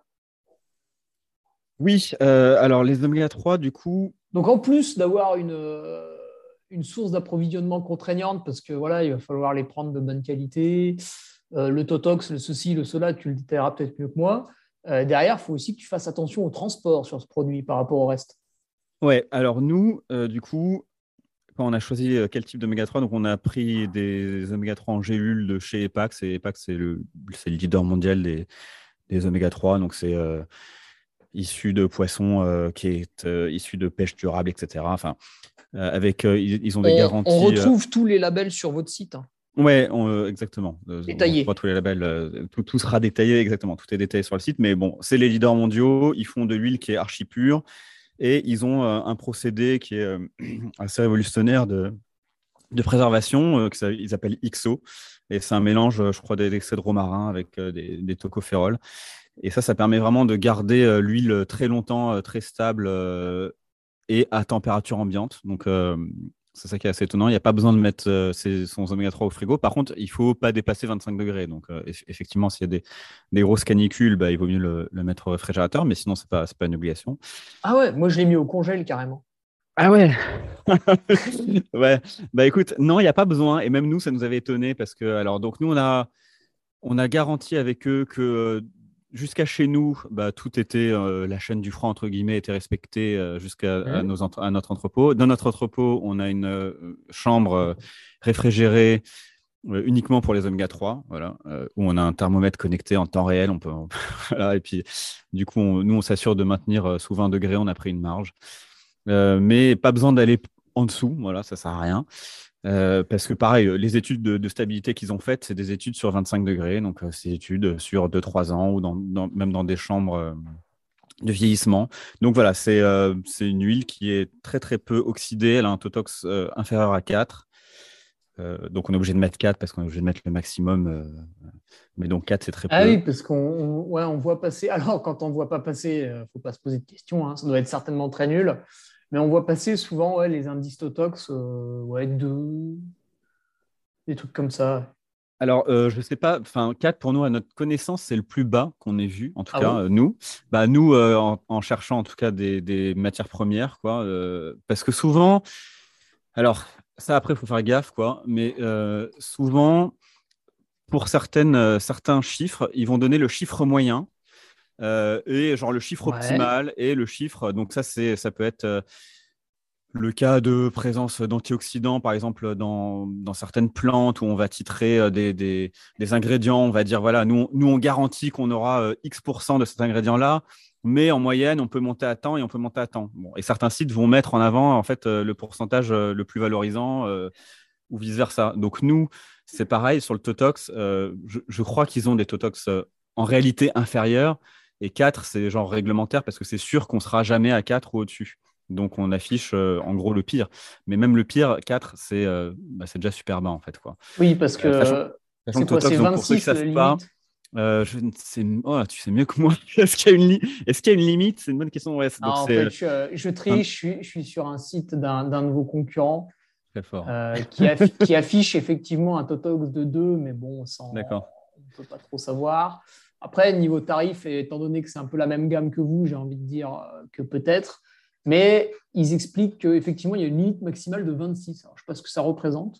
Oui, alors les oméga 3, du coup. Donc en plus d'avoir une source d'approvisionnement contraignante, parce que voilà, il va falloir les prendre de bonne qualité, le Totox, le ceci, le cela, tu le détailleras peut-être mieux que moi. Derrière, il faut aussi que tu fasses attention au transport sur ce produit par rapport au reste. Ouais, alors nous, du coup, quand on a choisi quel type d'oméga 3, donc on a pris des oméga 3 en gélule de chez Epax, et Epax, c'est le leader mondial des oméga 3, donc c'est issu de poissons qui est issu de pêche durable, etc. Enfin, ils ont des garanties. On retrouve tous les labels sur votre site. Hein. Ouais, exactement. Détaillé. On retrouve tous les labels. Tout sera détaillé, exactement. Tout est détaillé sur le site. Mais bon, c'est les leaders mondiaux. Ils font de l'huile qui est archi pure. Et ils ont un procédé qui est assez révolutionnaire de préservation, qu'ils appellent XO. Et c'est un mélange, je crois, d'excès de romarin avec des tocophérols. Et ça permet vraiment de garder l'huile très longtemps, très stable et à température ambiante. Donc, c'est ça qui est assez étonnant. Il n'y a pas besoin de mettre son oméga 3 au frigo. Par contre, il ne faut pas dépasser 25 degrés. Donc, effectivement, s'il y a des grosses canicules, il vaut mieux le mettre au réfrigérateur. Mais sinon, ce n'est pas une obligation. Ah ouais, moi je l'ai mis au congèle carrément. Ah ouais. Ouais. Écoute, non, il n'y a pas besoin. Et même nous, ça nous avait étonné parce que, alors, donc nous, on a garanti avec eux que jusqu'à chez nous, tout était, la chaîne du froid, entre guillemets, était respectée jusqu'à à notre entrepôt. Dans notre entrepôt, on a une chambre réfrigérée uniquement pour les oméga 3, voilà, où on a un thermomètre connecté en temps réel. Voilà, et puis, du coup, nous, on s'assure de maintenir sous 20 degrés, on a pris une marge. Mais pas besoin d'aller en dessous, voilà, ça sert à rien. Parce que pareil, les études de stabilité qu'ils ont faites, c'est des études sur 25 degrés, donc c'est des études sur 2-3 ans ou même dans des chambres de vieillissement. Donc voilà, c'est une huile qui est très très peu oxydée, elle a un Totox inférieur à 4. Donc on est obligé de mettre 4 parce qu'on est obligé de mettre le maximum. Mais donc 4, c'est très peu. Ah oui, parce on voit passer. Alors, quand on ne voit pas passer, il ne faut pas se poser de questions. Hein, ça doit être certainement très nul. Mais on voit passer souvent les indices Totox, 2, des trucs comme ça. Alors, je ne sais pas, 4 pour nous, à notre connaissance, c'est le plus bas qu'on ait vu, en tout Ah cas, bon nous. Nous, en cherchant en tout cas des matières premières, quoi. Parce que souvent, alors, ça après, il faut faire gaffe, quoi. Mais souvent, pour certains chiffres, ils vont donner le chiffre moyen et genre le chiffre Ouais. optimal et le chiffre. Donc, ça peut être le cas de présence d'antioxydants, par exemple, dans certaines plantes où on va titrer des ingrédients, on va dire, voilà, nous on garantit qu'on aura X% de cet ingrédient-là, mais en moyenne, on peut monter à temps et on peut monter à temps. Bon, et certains sites vont mettre en avant, en fait, le pourcentage le plus valorisant ou vice-versa. Donc, nous, c'est pareil sur le Totox. Je crois qu'ils ont des Totox en réalité inférieurs. Et 4, c'est genre réglementaire parce que c'est sûr qu'on ne sera jamais à 4 ou au-dessus. Donc, on affiche en gros le pire. Mais même le pire, 4, c'est déjà super bas en fait, quoi. Oui, parce Sachant, que sachant c'est que quoi? C'est Totox, donc pour ceux qui 26 ne la savent pas, limite? tu sais mieux que moi. Est-ce qu'il y a une limite? C'est une bonne question. Ouais, Non, donc en c'est fait, je triche, je suis sur un site d'un de vos concurrents. Très fort. qui affiche effectivement un Totox de 2, mais bon, D'accord. on ne peut pas trop savoir. Après, niveau tarif, et étant donné que c'est un peu la même gamme que vous, j'ai envie de dire que peut-être. Mais ils expliquent qu'effectivement, il y a une limite maximale de 26. Alors, je ne sais pas ce que ça représente.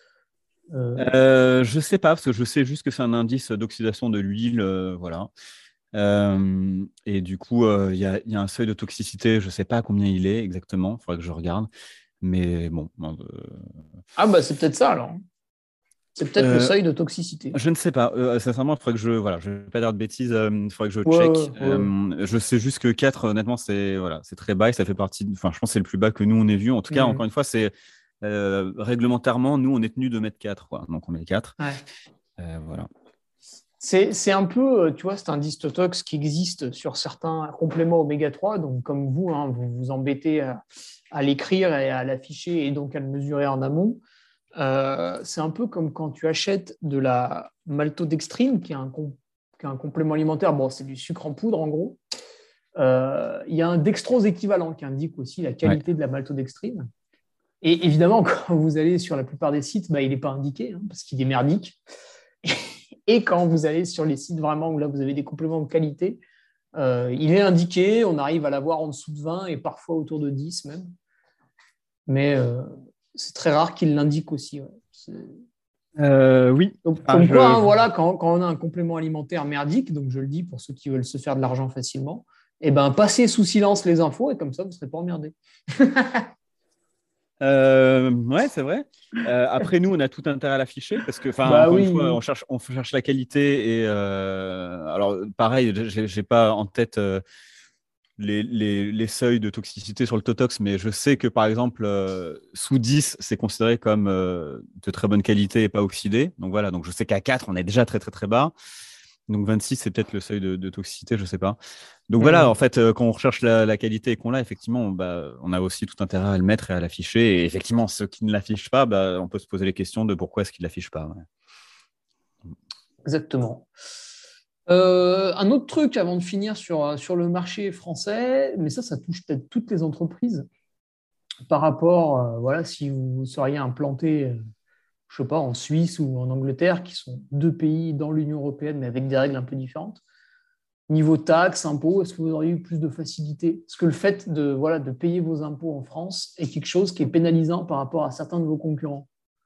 Je sais pas, parce que je sais juste que c'est un indice d'oxydation de l'huile, voilà. Et du coup, il y a un seuil de toxicité, je sais pas à combien il est exactement, il faudrait que je regarde. Mais bon, Ah, bah, c'est peut-être ça alors. C'est peut-être le seuil de toxicité. je ne sais pas. Sincèrement, il faudrait que je vais pas dire de bêtises, il faudrait que je Ouais, check. ouais. Je sais juste que 4, honnêtement, c'est très bas et ça fait partie. Enfin, je pense que c'est le plus bas que nous on ait vu. En tout cas, encore une fois, c'est réglementairement, nous on est tenu de mettre 4, quoi. Donc on met 4. Ouais. Voilà. C'est un peu, tu vois, c'est un distotox qui existe sur certains compléments oméga 3. Donc, comme vous, hein, vous vous embêtez à l'écrire et à l'afficher et donc à le mesurer en amont. C'est un peu comme quand tu achètes de la maltodextrine, qui est un complément alimentaire. Bon, c'est du sucre en poudre, en gros. Il y a un dextrose équivalent qui indique aussi la Ouais. qualité de la maltodextrine. Et évidemment, quand vous allez sur la plupart des sites, bah, il n'est pas indiqué, hein, parce qu'il est merdique. Et quand vous allez sur les sites vraiment où là vous avez des compléments de qualité, il est indiqué, on arrive à l'avoir en dessous de 20 et parfois autour de 10 même. Mais c'est très rare qu'il l'indique aussi. Ouais. Oui. Donc, Ah, comme quoi, hein, voilà, quand on a un complément alimentaire merdique, donc je le dis pour ceux qui veulent se faire de l'argent facilement, eh ben, passez sous silence les infos et comme ça, vous ne serez pas emmerdés. Ouais, c'est vrai. Après, nous, on a tout intérêt à l'afficher parce que, enfin, Bah encore une oui, fois, oui. on cherche la qualité et alors, pareil, j'ai pas en tête les seuils de toxicité sur le Totox, mais je sais que, par exemple, sous 10, c'est considéré comme de très bonne qualité et pas oxydé. Donc voilà, donc je sais qu'à 4, on est déjà très, très, très bas. Donc 26, c'est peut-être le seuil de toxicité, je sais pas. Donc voilà, en Mmh. fait, quand on recherche la qualité et qu'on l'a, effectivement, bah, on a aussi tout intérêt à le mettre et à l'afficher. Et effectivement, ceux qui ne l'affichent pas, bah, on peut se poser les questions de pourquoi est-ce qu'ils ne l'affichent pas. Ouais. Exactement. Un autre truc avant de finir sur le marché français, mais ça touche peut-être toutes les entreprises par rapport, voilà, si vous seriez implanté, je sais pas, en Suisse ou en Angleterre, qui sont deux pays dans l'Union européenne, mais avec des règles un peu différentes. Niveau taxes, impôts, est-ce que vous auriez eu plus de facilité? Est-ce que le fait voilà, de payer vos impôts en France est quelque chose qui est pénalisant par rapport à certains de vos concurrents?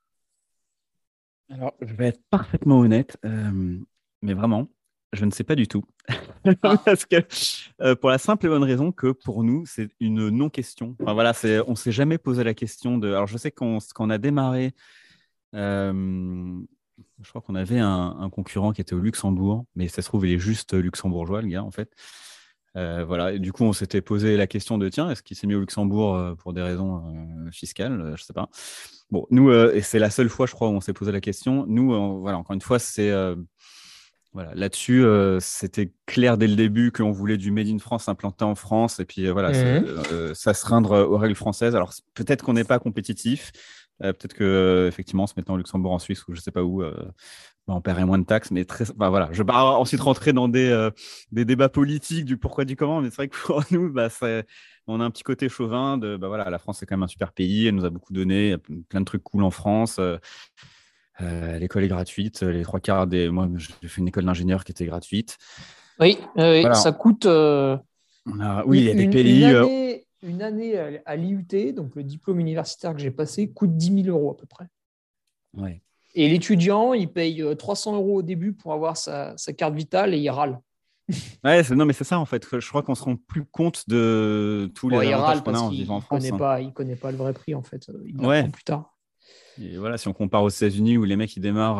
Alors, je vais être parfaitement honnête, mais vraiment, je ne sais pas du tout. Ah, Parce que, pour la simple et bonne raison que pour nous, c'est une non-question. Enfin, voilà, on ne s'est jamais posé la question de. Alors, je sais qu'on a démarré. euh, Je crois qu'on avait un concurrent qui était au Luxembourg, mais ça se trouve, il est juste luxembourgeois, le gars, en fait. Voilà. Et du coup, on s'était posé la question de tiens, est-ce qu'il s'est mis au Luxembourg pour des raisons fiscales? Je ne sais pas. Bon, nous, et c'est la seule fois, je crois, où on s'est posé la question. Nous, voilà, encore une fois, c'est voilà, là-dessus, c'était clair dès le début qu'on voulait du Made in France implanté en France, et puis voilà, mhm. s'astreindre aux règles françaises. Alors peut-être qu'on n'est pas compétitif, peut-être que effectivement, en se mettant au Luxembourg, en Suisse ou je sais pas où, bah, on paierait moins de taxes, mais bah, voilà, je vais pas ensuite rentrer dans des débats politiques du pourquoi du comment, mais c'est vrai que pour nous, bah, on a un petit côté chauvin de bah, voilà, la France c'est quand même un super pays, elle nous a beaucoup donné, il y a plein de trucs cool en France. L'école est gratuite, les trois quarts des. Moi, j'ai fait une école d'ingénieur qui était gratuite. Oui, oui, Voilà. ça coûte Oui, il y a des pays. une année à l'IUT, donc le diplôme universitaire que j'ai passé, coûte 10 000 € à peu près. Ouais. Et l'étudiant, il paye 300 € au début pour avoir sa carte vitale et il râle. Ouais, non, mais c'est ça en fait. Je crois qu'on se rend plus compte de tous Bon, les il avantages râle qu'on a parce en vivant en qu'il France. Hein. il connaît pas le vrai prix en fait. Il l'apprend Ouais. plus tard. Et voilà, si on compare aux États-Unis où les mecs ils démarrent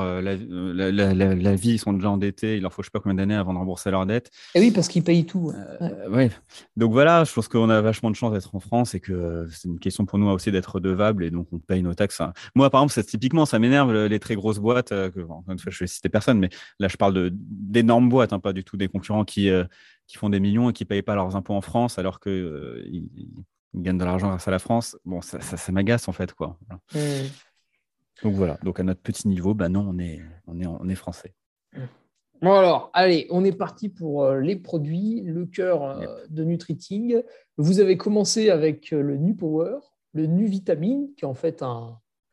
la vie, ils sont déjà endettés, il leur faut je sais pas combien d'années avant de rembourser leurs dettes. Et oui, parce qu'il paye tout. Ouais. Ouais. Donc voilà, je pense qu'on a vachement de chance d'être en France et que c'est une question pour nous aussi d'être redevable et donc on paye nos taxes. Hein. Moi, par exemple, typiquement, ça m'énerve les très grosses boîtes. Encore une fois, je vais citer personne, mais là, je parle d'énormes boîtes, hein, pas du tout des concurrents qui font des millions et qui payent pas leurs impôts en France alors que ils gagnent de l'argent grâce à la France. Bon, ça m'agace en fait, quoi. Voilà. Donc voilà. Donc à notre petit niveau, bah non, on est français. Bon alors, allez, on est parti pour les produits, le cœur Yep. de Nutriting. Vous avez commencé avec le NuPower, le NuVitamine, qui est en fait un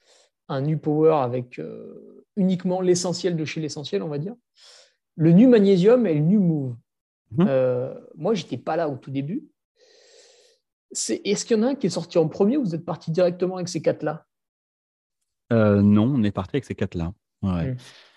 un Nu Power avec uniquement l'essentiel de chez l'essentiel, on va dire. Le Nu Magnésium et le Nu Move. Moi, je n'étais pas là au tout début. Est-ce qu'il y en a un qui est sorti en premier ou vous êtes parti directement avec ces quatre-là? Non, on est parti avec ces quatre-là. Ouais.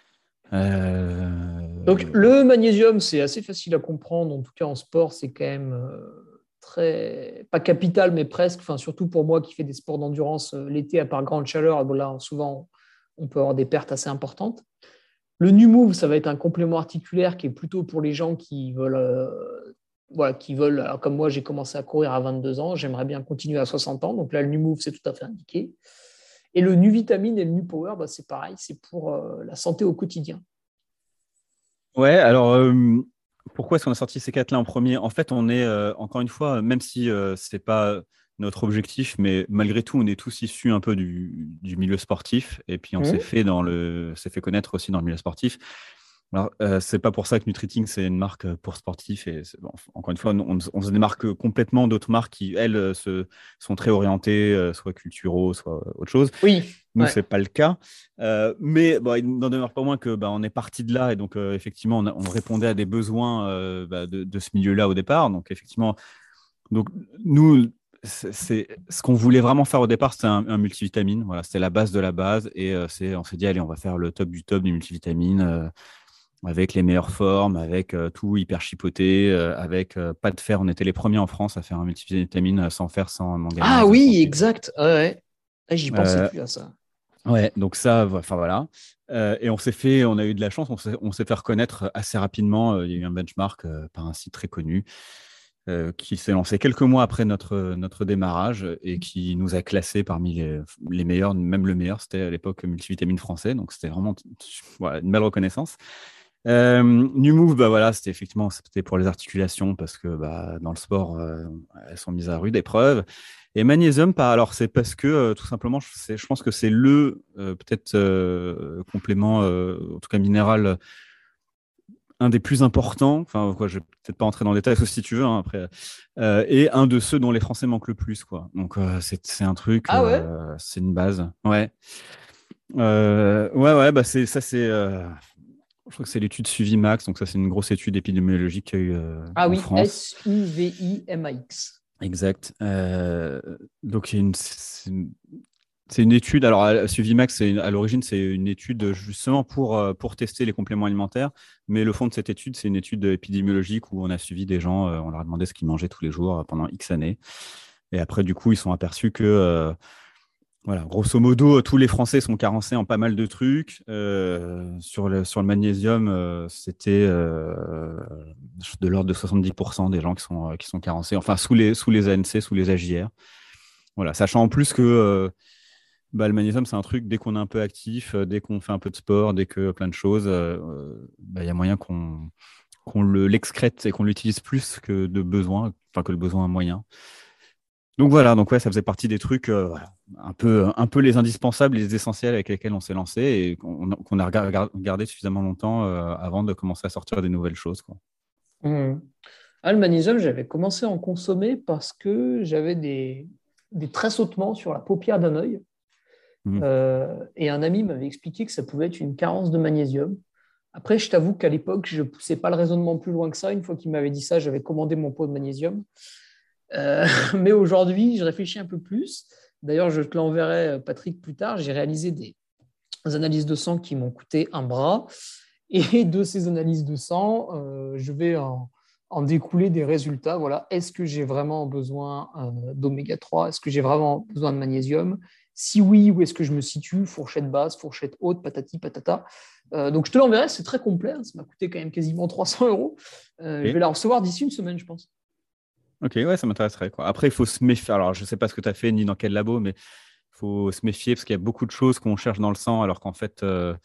Donc, le magnésium, c'est assez facile à comprendre. En tout cas, en sport, c'est quand même très, pas capital, mais presque. Enfin, surtout pour moi qui fais des sports d'endurance l'été à part grande chaleur. Bon, là, souvent, on peut avoir des pertes assez importantes. Le NuMove, ça va être un complément articulaire qui est plutôt pour les gens qui veulent, alors comme moi, j'ai commencé à courir à 22 ans, j'aimerais bien continuer à 60 ans. Donc là, le NuMove, c'est tout à fait indiqué. Et le NuVitamine et le NuPower, c'est pareil, c'est pour la santé au quotidien. Ouais, alors pourquoi est-ce qu'on a sorti ces quatre-là en premier? En fait, on est, encore une fois, même si c'est pas notre objectif, mais malgré tout, on est tous issus un peu du milieu sportif. Et puis, on s'est fait connaître aussi dans le milieu sportif. Alors, c'est pas pour ça que Nutriting, c'est une marque pour sportifs. Et bon, encore une fois, on se démarque complètement d'autres marques qui, elles, sont très orientées, soit culturaux, soit autre chose. Oui. Nous, c'est pas le cas. Mais bon, il n'en demeure pas moins que on est parti de là. Et donc, effectivement, on répondait à des besoins de ce milieu-là au départ. Donc, effectivement, nous, c'est ce qu'on voulait vraiment faire au départ, c'était un multivitamine. Voilà, c'était la base de la base. Et on s'est dit, allez, on va faire le top du top du multivitamine. Avec les meilleures formes, avec tout hyper chipoté, avec pas de fer. On était les premiers en France à faire un multivitamine sans fer, sans manganèse. Ah oui, exact. Ouais. J'y pensais plus à ça. Ouais, donc ça, enfin voilà. Et on a eu de la chance, on s'est fait reconnaître assez rapidement. Il y a eu un benchmark par un site très connu qui s'est lancé quelques mois après notre démarrage et qui nous a classés parmi les meilleurs, même le meilleur, c'était à l'époque multivitamine français. Donc c'était vraiment une belle reconnaissance. NuMove, voilà, c'était pour les articulations parce que dans le sport, elles sont mises à rude épreuve. Et magnésium, alors c'est parce que tout simplement, je pense que c'est peut-être complément, en tout cas minéral, un des plus importants. Enfin, quoi, je vais peut-être pas entrer dans le détail, sauf si tu veux, hein, après. Et un de ceux dont les Français manquent le plus, quoi. Donc c'est un truc, Ah ouais. c'est une base. Ouais. Ouais, c'est ça, c'est. Je crois que c'est l'étude Suvimax, donc ça c'est une grosse étude épidémiologique qu'il y a eu Ah en oui, France. SUVIMAX. Exact. Donc c'est une étude. Alors Suvimax, à l'origine c'est une étude justement pour tester les compléments alimentaires, mais le fond de cette étude c'est une étude épidémiologique où on a suivi des gens, on leur a demandé ce qu'ils mangeaient tous les jours pendant X années, et après du coup ils sont aperçus que voilà, grosso modo, tous les Français sont carencés en pas mal de trucs. Sur le magnésium, c'était de l'ordre de 70% des gens qui sont carencés, enfin sous les ANC, sous les AJR. Voilà, sachant en plus que le magnésium, c'est un truc, dès qu'on est un peu actif, dès qu'on fait un peu de sport, dès que plein de choses, y a moyen qu'on l'excrète et qu'on l'utilise plus que de besoin, enfin que le besoin moyen. Donc voilà, donc ouais, ça faisait partie des trucs un peu les indispensables, les essentiels avec lesquels on s'est lancé et qu'on a regardé suffisamment longtemps avant de commencer à sortir des nouvelles choses, quoi. Le magnésium, j'avais commencé à en consommer parce que j'avais des tressautements sur la paupière d'un œil. Et un ami m'avait expliqué que ça pouvait être une carence de magnésium. Après, je t'avoue qu'à l'époque, je ne poussais pas le raisonnement plus loin que ça. Une fois qu'il m'avait dit ça, j'avais commandé mon pot de magnésium. Mais aujourd'hui, je réfléchis un peu plus. D'ailleurs, je te l'enverrai, Patrick, plus tard. J'ai réalisé des analyses de sang qui m'ont coûté un bras. Et de ces analyses de sang, je vais en découler des résultats. Voilà. Est-ce que j'ai vraiment besoin d'oméga 3? Est-ce que j'ai vraiment besoin de magnésium? Si oui, où est-ce que je me situe? Fourchette basse, fourchette haute, patati patata. Donc, je te l'enverrai. C'est très complet. Ça m'a coûté quand même quasiment 300 euros. Je vais la recevoir d'ici une semaine, je pense. Ok, ouais, ça m'intéresserait, quoi. Après, il faut se méfier. Alors, je ne sais pas ce que tu as fait ni dans quel labo, mais il faut se méfier parce qu'il y a beaucoup de choses qu'on cherche dans le sang, alors qu'en fait,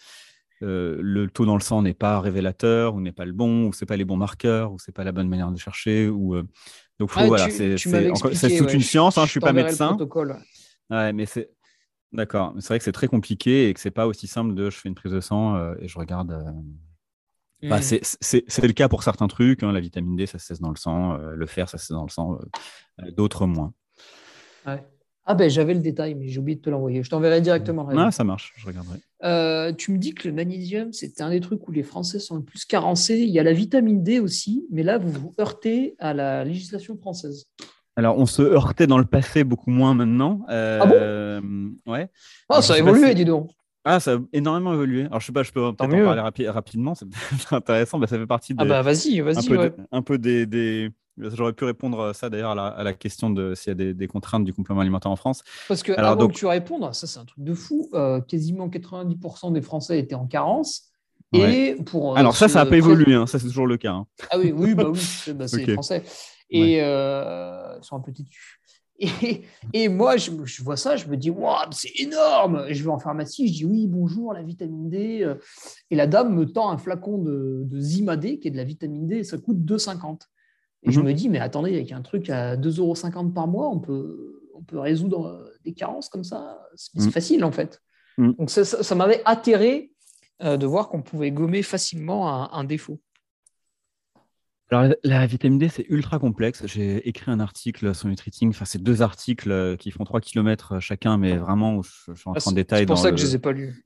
le taux dans le sang n'est pas révélateur, ou n'est pas le bon, ou c'est pas les bons marqueurs, ou c'est pas la bonne manière de chercher. Donc, voilà, tu m'avais expliqué, c'est toute une science. Je ne suis pas médecin. Le protocole. Ouais, mais c'est d'accord. C'est vrai que c'est très compliqué et que c'est pas aussi simple de je fais une prise de sang et je regarde. C'est le cas pour certains trucs, hein, la vitamine D, ça se cesse dans le sang, le fer, ça se cesse dans le sang, d'autres moins. Ouais. Ah ben j'avais le détail, mais j'ai oublié de te l'envoyer. Je t'enverrai directement la Ah, liste. ça marche, je regarderai. Tu me dis que le magnésium, c'est un des trucs où les Français sont le plus carencés. Il y a la vitamine D aussi, mais là, vous vous heurtez à la législation française. Alors, on se heurtait dans le passé, beaucoup moins maintenant. Ah bon? Ouais. Ah, Alors, je ça a sais pas évolué, si. dis donc. Ah, ça a énormément évolué. Alors, je sais pas, je peux Tant peut-être en parler mieux. rapidement, c'est peut-être intéressant. Bah, ça fait partie Ah bah vas-y, vas-y, ouais. un peu J'aurais pu répondre à ça d'ailleurs à la question de s'il y a des contraintes du complément alimentaire en France. Parce que Alors, avant que donc, tu répondes, ça c'est un truc de fou, quasiment 90% des Français étaient en carence. ouais. Et pour Alors, ça n'a se pas évolué, hein. Ça, c'est toujours le cas, hein. Ah oui, oui, bah oui, c'est les Ok. Français. Ouais. Et ils sont un peu têtus. Et moi, je vois ça, je me dis, waouh, c'est énorme. Et je vais en pharmacie, je dis, oui, bonjour, la vitamine D. Et la dame me tend un flacon de Zimadé, qui est de la vitamine D, et ça coûte 2,50. Et je Mhm. me dis, mais attendez, avec un truc à 2,50 € par mois, on peut résoudre des carences comme ça. C'est Mhm. facile, en fait. Mhm. Donc, ça m'avait atterré de voir qu'on pouvait gommer facilement un défaut. Alors, la vitamine D, c'est ultra complexe. J'ai écrit un article sur Nutriting. Enfin, c'est deux articles qui font 3 kilomètres chacun, mais vraiment, où je suis Ah, entré en c'est détail pour dans ça que je ne les le. ai pas lus.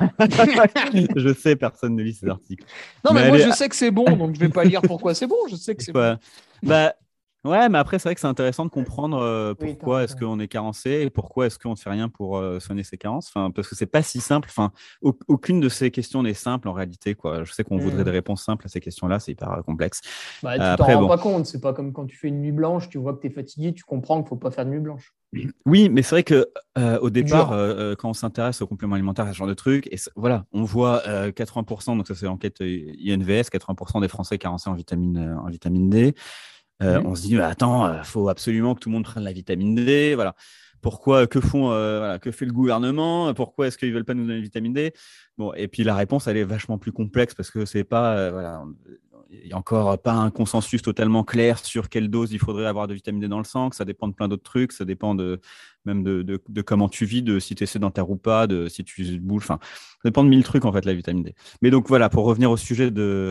Je sais, personne ne lit ces articles. Non, Mais mais moi, allez, je sais que c'est bon, donc je ne vais pas lire pourquoi c'est bon. Je sais que c'est bon. quoi. Bah, ouais, mais après, c'est vrai que c'est intéressant de comprendre Oui, tu as pourquoi est-ce raison. qu'on est carencé et pourquoi est-ce qu'on ne fait rien pour soigner ces carences. Enfin, parce que c'est pas si simple. Enfin, aucune de ces questions n'est simple en réalité, quoi. Je sais qu'on voudrait des Hmm. réponses simples à ces questions-là, c'est hyper complexe. Bah, tu t'en Après, rends bon. pas compte. C'est pas comme quand tu fais une nuit blanche, tu vois que tu es fatigué, tu comprends qu'il ne faut pas faire de nuit blanche. Oui, mais c'est vrai que au C'est départ, dur. quand on s'intéresse aux compléments alimentaires, à ce genre de trucs, et voilà, on voit 80%, donc ça c'est l'enquête INVS, 80% des Français carencés en vitamine D. On Mhm. se dit, bah, attends, faut absolument que tout le monde prenne la vitamine D. Voilà. Pourquoi, voilà, que fait le gouvernement? Pourquoi est-ce qu'ils veulent pas nous donner la vitamine D? Bon, et puis la réponse, elle est vachement plus complexe parce que c'est pas, voilà, il n'y a encore pas un consensus totalement clair sur quelle dose il faudrait avoir de vitamine D dans le sang, que ça dépend de plein d'autres trucs, ça dépend même de comment tu vis, de si tu es sédentaire ou pas, de si tu bouges, enfin, ça dépend de mille trucs en fait, la vitamine D. Mais donc voilà, pour revenir au sujet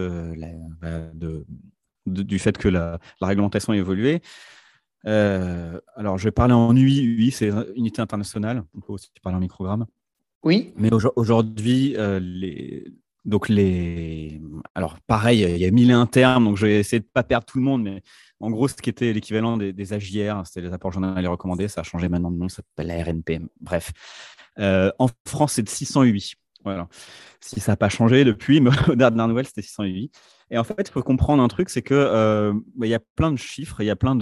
du fait que la réglementation a évolué, alors je vais parler en UI, UI c'est unité internationale, on peut aussi parler en microgrammes. Oui. Mais aujourd'hui, alors pareil, il y a mille et un termes, donc je vais essayer de ne pas perdre tout le monde, mais en gros, ce qui était l'équivalent des AJR, c'était les apports journaliers recommandés, ça a changé maintenant de nom, ça s'appelle la RNP. Bref, en France, c'est de 600 UI. Voilà. Si ça n'a pas changé depuis, mais au dernier Noël, c'était 600 UI. Et en fait, il faut comprendre un truc, c'est que il y a plein de chiffres, il y a plein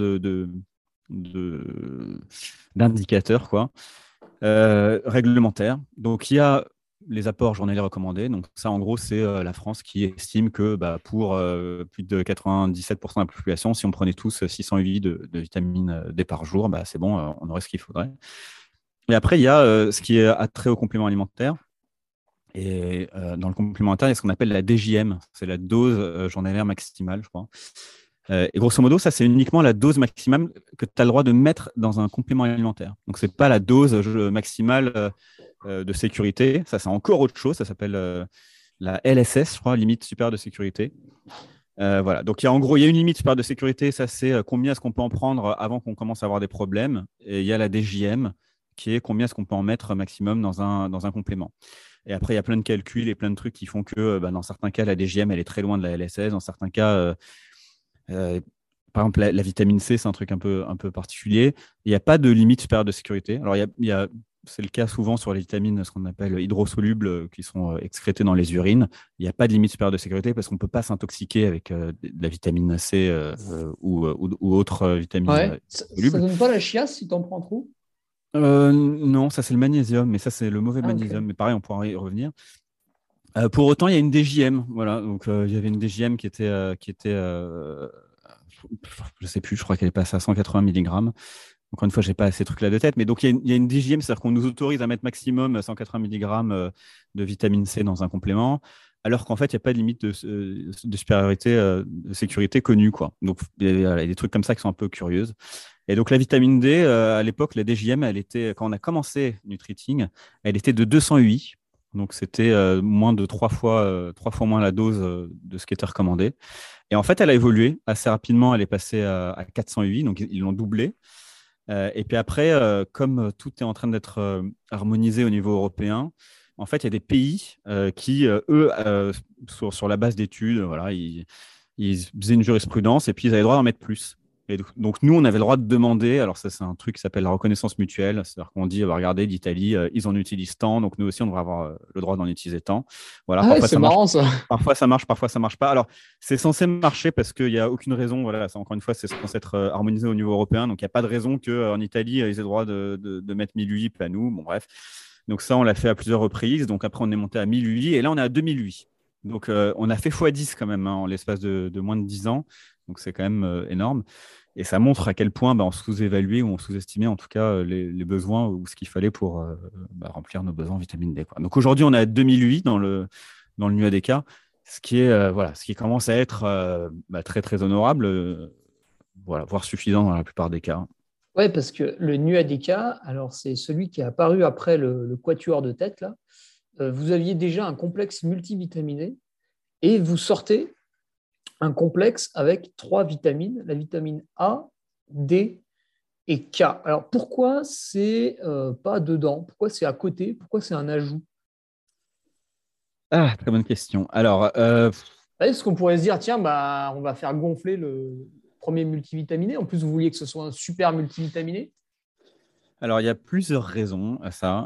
d'indicateurs, quoi, réglementaires. Donc, il y a les apports journaliers recommandés. Donc, ça, en gros, c'est la France qui estime que pour plus de 97% de la population, si on prenait tous 600 UI de vitamine D par jour, c'est bon, on aurait ce qu'il faudrait. Et après, il y a ce qui est attrait au complément alimentaire. Et dans le complément alimentaire, il y a ce qu'on appelle la DJM, c'est la dose journalière maximale, je crois. Et grosso modo, ça, c'est uniquement la dose maximale que tu as le droit de mettre dans un complément alimentaire. Donc, ce n'est pas la dose maximale de sécurité. Ça, c'est encore autre chose. Ça s'appelle la LSS, je crois, limite supérieure de sécurité. Voilà. Donc, en gros, il y a une limite supérieure de sécurité. Ça, c'est combien est-ce qu'on peut en prendre avant qu'on commence à avoir des problèmes. Et il y a la DJM, qui est combien est-ce qu'on peut en mettre maximum dans un complément. Et après, il y a plein de calculs et plein de trucs qui font que dans certains cas, la DJM, elle est très loin de la LSS. Dans certains cas, par exemple, la vitamine C, c'est un truc un peu particulier. Il n'y a pas de limite supérieure de sécurité. Alors, c'est le cas souvent sur les vitamines, ce qu'on appelle hydrosolubles, qui sont excrétées dans les urines. Il n'y a pas de limite supérieure de sécurité parce qu'on ne peut pas s'intoxiquer avec de la vitamine C ou autre vitamine Ouais. Ça soluble. donne pas la chiasse si t'en prends trop? Non, ça c'est le magnésium, mais ça c'est le mauvais Ah, ok. magnésium. Mais pareil, on pourra y revenir. Pour autant, il y a une DJM. Voilà, donc il y avait une DJM je sais plus, je crois qu'elle est passée à 180 mg. Encore une fois, je n'ai pas ces trucs-là de tête, mais donc il y a une DJM, c'est-à-dire qu'on nous autorise à mettre maximum 180 mg de vitamine C dans un complément, alors qu'en fait, il n'y a pas de limite de supériorité de sécurité connue, quoi. Donc il y a des trucs comme ça qui sont un peu curieuses. Et donc la vitamine D, à l'époque, la DJM, elle était, quand on a commencé Nutriting, elle était de 200 UI. Donc c'était moins de 3 fois moins la dose de ce qui était recommandé. Et en fait, elle a évolué assez rapidement. Elle est passée à 400 UI, donc ils l'ont doublé. Et puis après, comme tout est en train d'être harmonisé au niveau européen, en fait, il y a des pays qui, eux, sur la base d'études, voilà, ils faisaient une jurisprudence et puis ils avaient le droit d'en mettre plus. Et donc, nous, on avait le droit de demander. Alors, ça, c'est un truc qui s'appelle la reconnaissance mutuelle. C'est-à-dire qu'on dit, bah, regardez, l'Italie, ils en utilisent tant, donc nous aussi, on devrait avoir le droit d'en utiliser tant. Voilà, Ah ouais, parfois c'est ça marche. marrant ça. Parfois ça marche pas. Alors, c'est censé marcher parce qu'il n'y a aucune raison. Voilà, ça, encore une fois, c'est censé être harmonisé au niveau européen. Donc, il n'y a pas de raison qu'en Italie, ils aient le droit de mettre 1008, pas nous. Bon, bref. Donc, ça, on l'a fait à plusieurs reprises. Donc, après, on est monté à 1008 et là, on est à 2008. Donc, on a fait x10 quand même en l'espace de moins de 10 ans. Donc, c'est quand même énorme. Et ça montre à quel point on sous-évaluait ou on sous-estimait en tout cas les besoins ou ce qu'il fallait pour remplir nos besoins en vitamine D, quoi. Donc, aujourd'hui, on est à 2008 dans le NUADK, ce qui est ce qui commence à être très très honorable, voilà, voire suffisant dans la plupart des cas. Ouais, parce que le NUADK, alors c'est celui qui est apparu après le quatuor de tête, là. Vous aviez déjà un complexe multivitaminé et vous sortez un complexe avec 3 vitamines, la vitamine A, D et K. Alors pourquoi c'est pas dedans? Pourquoi c'est à côté? Pourquoi c'est un ajout? Ah, très bonne question. Alors, Est-ce qu'on pourrait se dire, tiens, bah, on va faire gonfler le premier multivitaminé? En plus, vous vouliez que ce soit un super multivitaminé? il y a plusieurs raisons à ça.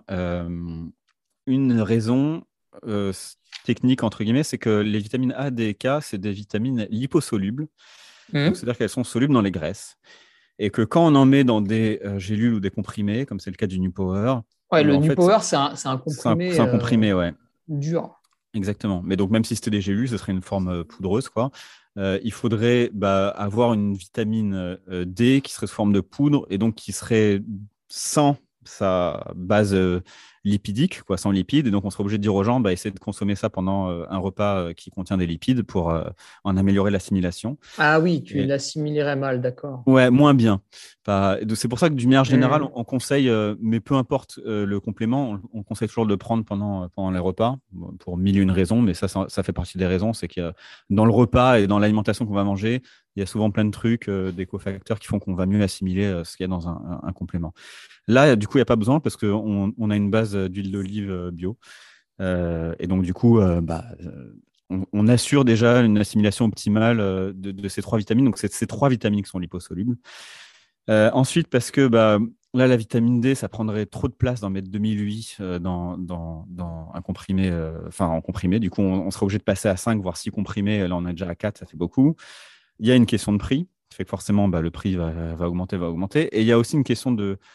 Une raison technique, entre guillemets, c'est que les vitamines A, D et K, c'est des vitamines liposolubles. Donc, c'est-à-dire qu'elles sont solubles dans les graisses. Et que quand on en met dans des gélules ou des comprimés, comme c'est le cas du New Power, Ouais, le en New fait, Power, c'est un comprimé c'est un comprimé, ouais. dur. Exactement. Mais donc, même si c'était des gélules, ce serait une forme poudreuse, quoi. Il faudrait avoir une vitamine D qui serait sous forme de poudre et donc qui serait sans sa base lipidique, quoi, sans lipides. Et donc, on serait obligé de dire aux gens, essayez de consommer ça pendant un repas qui contient des lipides pour en améliorer l'assimilation. Ah oui, tu Et, l'assimilerais mal, d'accord. ouais, moins bien. C'est pour ça que d'une manière générale, Mmh. on conseille, mais peu importe le complément, on conseille toujours de le prendre pendant les repas, pour mille et une raisons, mais ça fait partie des raisons. C'est que dans le repas et dans l'alimentation qu'on va manger, il y a souvent plein de trucs, des cofacteurs qui font qu'on va mieux assimiler ce qu'il y a dans un complément. Là, du coup, il n'y a pas besoin parce qu'on a une base d'huile d'olive bio. Et donc, du coup, on assure déjà une assimilation optimale de ces 3 vitamines. Donc, c'est ces 3 vitamines qui sont liposolubles. Ensuite, parce que là, la vitamine D, ça prendrait trop de place d'en mettre 2008 dans un comprimé, en comprimé. Du coup, on serait obligé de passer à 5, voire 6 comprimés. Là, on est déjà à 4, ça fait beaucoup. Il y a une question de prix, qui fait que forcément, le prix va augmenter, va augmenter. Et il y a aussi une question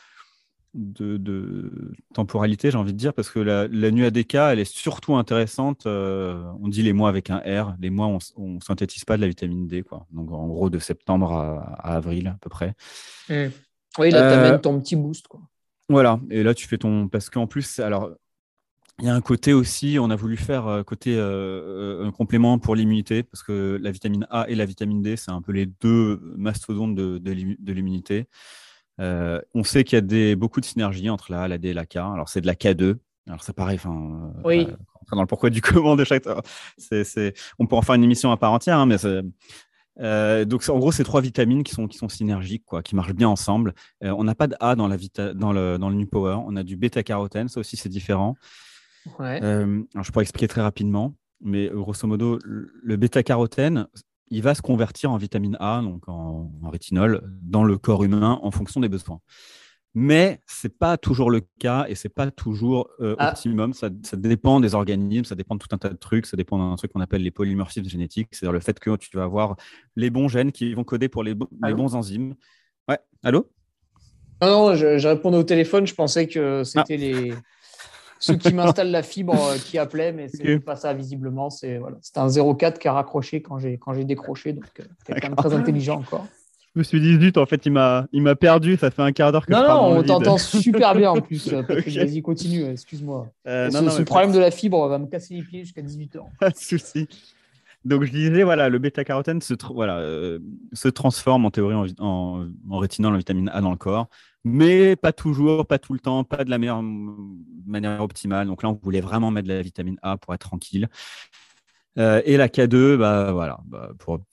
de temporalité, j'ai envie de dire, parce que la NUADK, elle est surtout intéressante. On dit les mois avec un R. Les mois, on ne synthétise pas de la vitamine D, quoi. Donc, en gros, de septembre à avril, à peu près. Mmh. Oui, là, tu Euh, amènes ton petit boost, quoi. voilà. Et là, tu fais ton. Parce qu'en plus, alors, il y a un côté aussi, on a voulu faire côté un complément pour l'immunité, parce que la vitamine A et la vitamine D, c'est un peu les deux mastodontes de l'immunité. On sait qu'il y a beaucoup de synergies entre la A, la D et la K. Alors, c'est de la K2. Alors, ça paraît, Oui. dans le pourquoi du comment de chaque. On peut en faire une émission à part entière, hein, mais donc, en gros, c'est 3 vitamines qui sont synergiques, quoi, qui marchent bien ensemble. On n'a pas de A dans le New Power. On a du bêta-carotène, ça aussi, c'est différent. Ouais. Alors, je pourrais expliquer très rapidement, mais grosso modo, le bêta-carotène, il va se convertir en vitamine A, donc en rétinol, dans le corps humain en fonction des besoins. Mais ce n'est pas toujours le cas et ce n'est pas toujours Ah, optimum. Ça dépend des organismes, ça dépend de tout un tas de trucs, ça dépend d'un truc qu'on appelle les polymorphismes génétiques, c'est-à-dire le fait que tu vas avoir les bons gènes qui vont coder pour les allô? bons enzymes. Ouais, allô? Non, non, je répondais au téléphone. Je pensais que Ah, c'était ceux qui m'installent la fibre qui appelaient, mais ce n'était ok, pas ça, visiblement. C'était un 04 qui a raccroché quand j'ai décroché. Donc, quelqu'un de d'accord. très intelligent encore. Je me suis dit, zut, en fait, il m'a perdu. Ça fait un quart d'heure que je Non, non, parle dans le on vide. t'entend super bien en plus, Patrick. Ok. Vas-y, continue, excuse-moi. Et Non, non, ce mais pas de, problème de la fibre va me casser les pieds jusqu'à 18 heures. pas de souci. Donc, je disais, voilà, le bêta-carotène se transforme en théorie en rétinol, en vitamine A dans le corps, mais pas toujours, pas tout le temps, pas de la meilleure manière optimale. Donc là, on voulait vraiment mettre de la vitamine A pour être tranquille. Et la K2, voilà,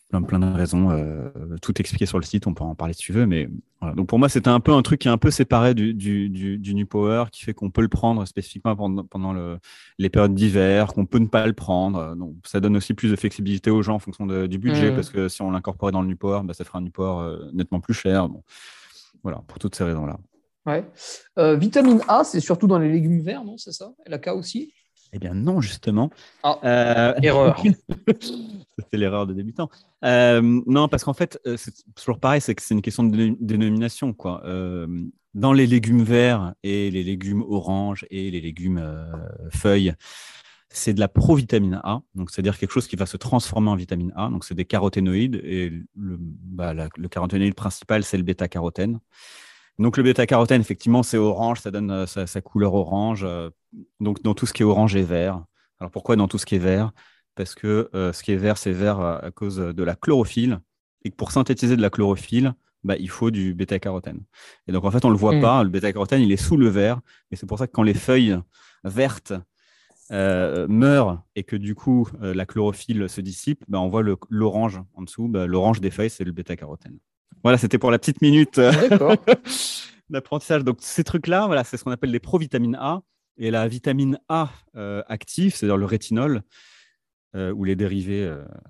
plein de raisons. Tout expliqué sur le site, on peut en parler si tu veux. Mais voilà. Donc pour moi, c'était un peu un truc qui est un peu séparé du New Power, qui fait qu'on peut le prendre spécifiquement pendant les périodes d'hiver, qu'on peut ne pas le prendre. Donc ça donne aussi plus de flexibilité aux gens en fonction du budget, parce que si on l'incorporait dans le New Power, bah, ça ferait un New Power nettement plus cher. Bon, voilà, pour toutes ces raisons-là. Ouais. Vitamine A, c'est surtout dans les légumes verts, non? C'est ça? Et la K aussi? Eh bien non, justement. Ah, Euh, erreur. C'était l'erreur de débutant. Non, parce qu'en fait, c'est toujours pareil, c'est que c'est une question de dénomination, quoi. Dans les légumes verts et les légumes oranges et les légumes feuilles, c'est de la provitamine A, donc c'est-à-dire quelque chose qui va se transformer en vitamine A. Donc c'est des caroténoïdes et le caroténoïde principal, c'est le bêta-carotène. Donc le bêta-carotène, effectivement, c'est orange, ça donne sa couleur orange. Donc dans tout ce qui est orange et vert. Alors pourquoi dans tout ce qui est vert? Parce que ce qui est vert, c'est vert à cause de la chlorophylle. Et que pour synthétiser de la chlorophylle, bah, il faut du bêta-carotène. Et donc en fait, on ne le voit pas. Le bêta-carotène, il est sous le vert. Et c'est pour ça que quand les feuilles vertes meurent et que du coup la chlorophylle se dissipe, bah, on voit l'orange en dessous. Bah, l'orange des feuilles, c'est le bêta-carotène. Voilà, c'était pour la petite minute d'apprentissage. Donc, ces trucs-là, voilà, c'est ce qu'on appelle des provitamines A. Et la vitamine A active, c'est-à-dire le rétinol, ou les dérivés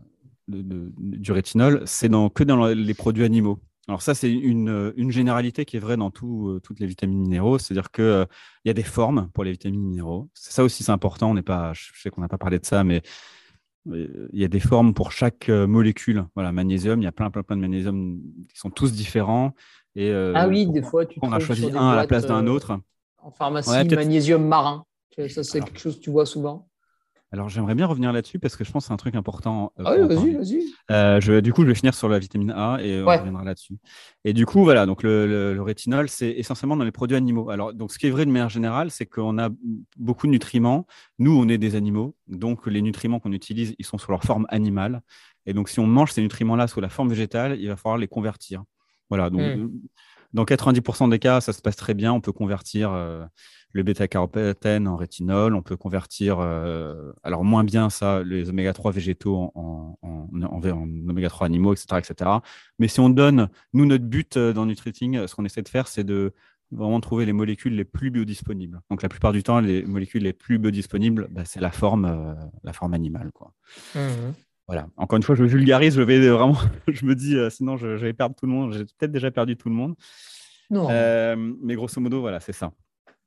du rétinol, c'est que dans les produits animaux. Alors ça, c'est une généralité qui est vraie dans toutes les vitamines minéraux. C'est-à-dire qu'il y a des formes pour les vitamines minéraux. Ça aussi, c'est important. Je sais qu'on n'a pas parlé de ça, mais il y a des formes pour chaque molécule. Voilà, magnésium, il y a plein de magnésium qui sont tous différents. Et Ah oui, des fois, tu on a trouves choisi sur des un à la boîtes place d'un autre. en Ouais, pharmacie, peut-être. magnésium marin. Ça, c'est quelque chose que tu vois souvent. Alors, j'aimerais bien revenir là-dessus parce que je pense que c'est un truc important Ah pour oui, en vas-y, parler. vas-y. Du coup, je vais finir sur la vitamine A et on Ouais. reviendra là-dessus. Et du coup, voilà, donc le rétinol, c'est essentiellement dans les produits animaux. Alors, donc, ce qui est vrai de manière générale, c'est qu'on a beaucoup de nutriments. Nous, on est des animaux, donc les nutriments qu'on utilise, ils sont sous leur forme animale. Et donc, si on mange ces nutriments-là sous la forme végétale, il va falloir les convertir. Voilà, donc dans 90% des cas, ça se passe très bien. On peut convertir le bêta-carotène en rétinol. On peut convertir, alors moins bien ça, les oméga-3 végétaux en oméga-3 animaux, etc., etc. Mais si on donne, nous, notre but dans Nutriting, ce qu'on essaie de faire, c'est de vraiment trouver les molécules les plus biodisponibles. Donc la plupart du temps, les molécules les plus biodisponibles, bah, c'est la forme animale, quoi. Voilà. Encore une fois, je me vulgarise, je vais vraiment, je me dis, sinon je vais perdre tout le monde. J'ai peut-être déjà perdu tout le monde. Non. Mais grosso modo, voilà, c'est ça.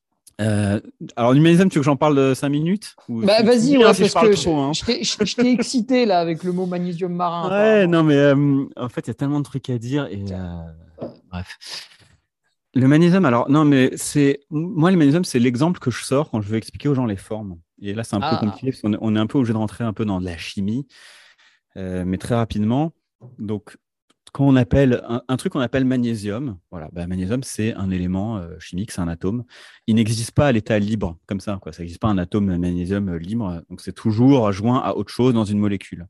Alors, du magnésium, tu veux que j'en parle de 5 minutes ou Bah, tu me vas-y, dis hein, ouais, si je parce parle que trop. Hein. je t'ai excité là avec le mot magnésium marin, Ouais, apparemment. non, mais en fait, il y a tellement de trucs à dire. Et bref. Le magnésium, alors, non, mais moi, le magnésium, c'est l'exemple que je sors quand je veux expliquer aux gens les formes. Et là, c'est un peu Ah, compliqué parce qu'on est un peu obligé de rentrer un peu dans de la chimie, mais très rapidement. Donc, quand on appelle un truc qu'on appelle magnésium, voilà, bah, magnésium, c'est un élément chimique, c'est un atome. Il n'existe pas à l'état libre, comme ça, quoi. Ça n'existe pas un atome magnésium libre. Donc, c'est toujours joint à autre chose dans une molécule.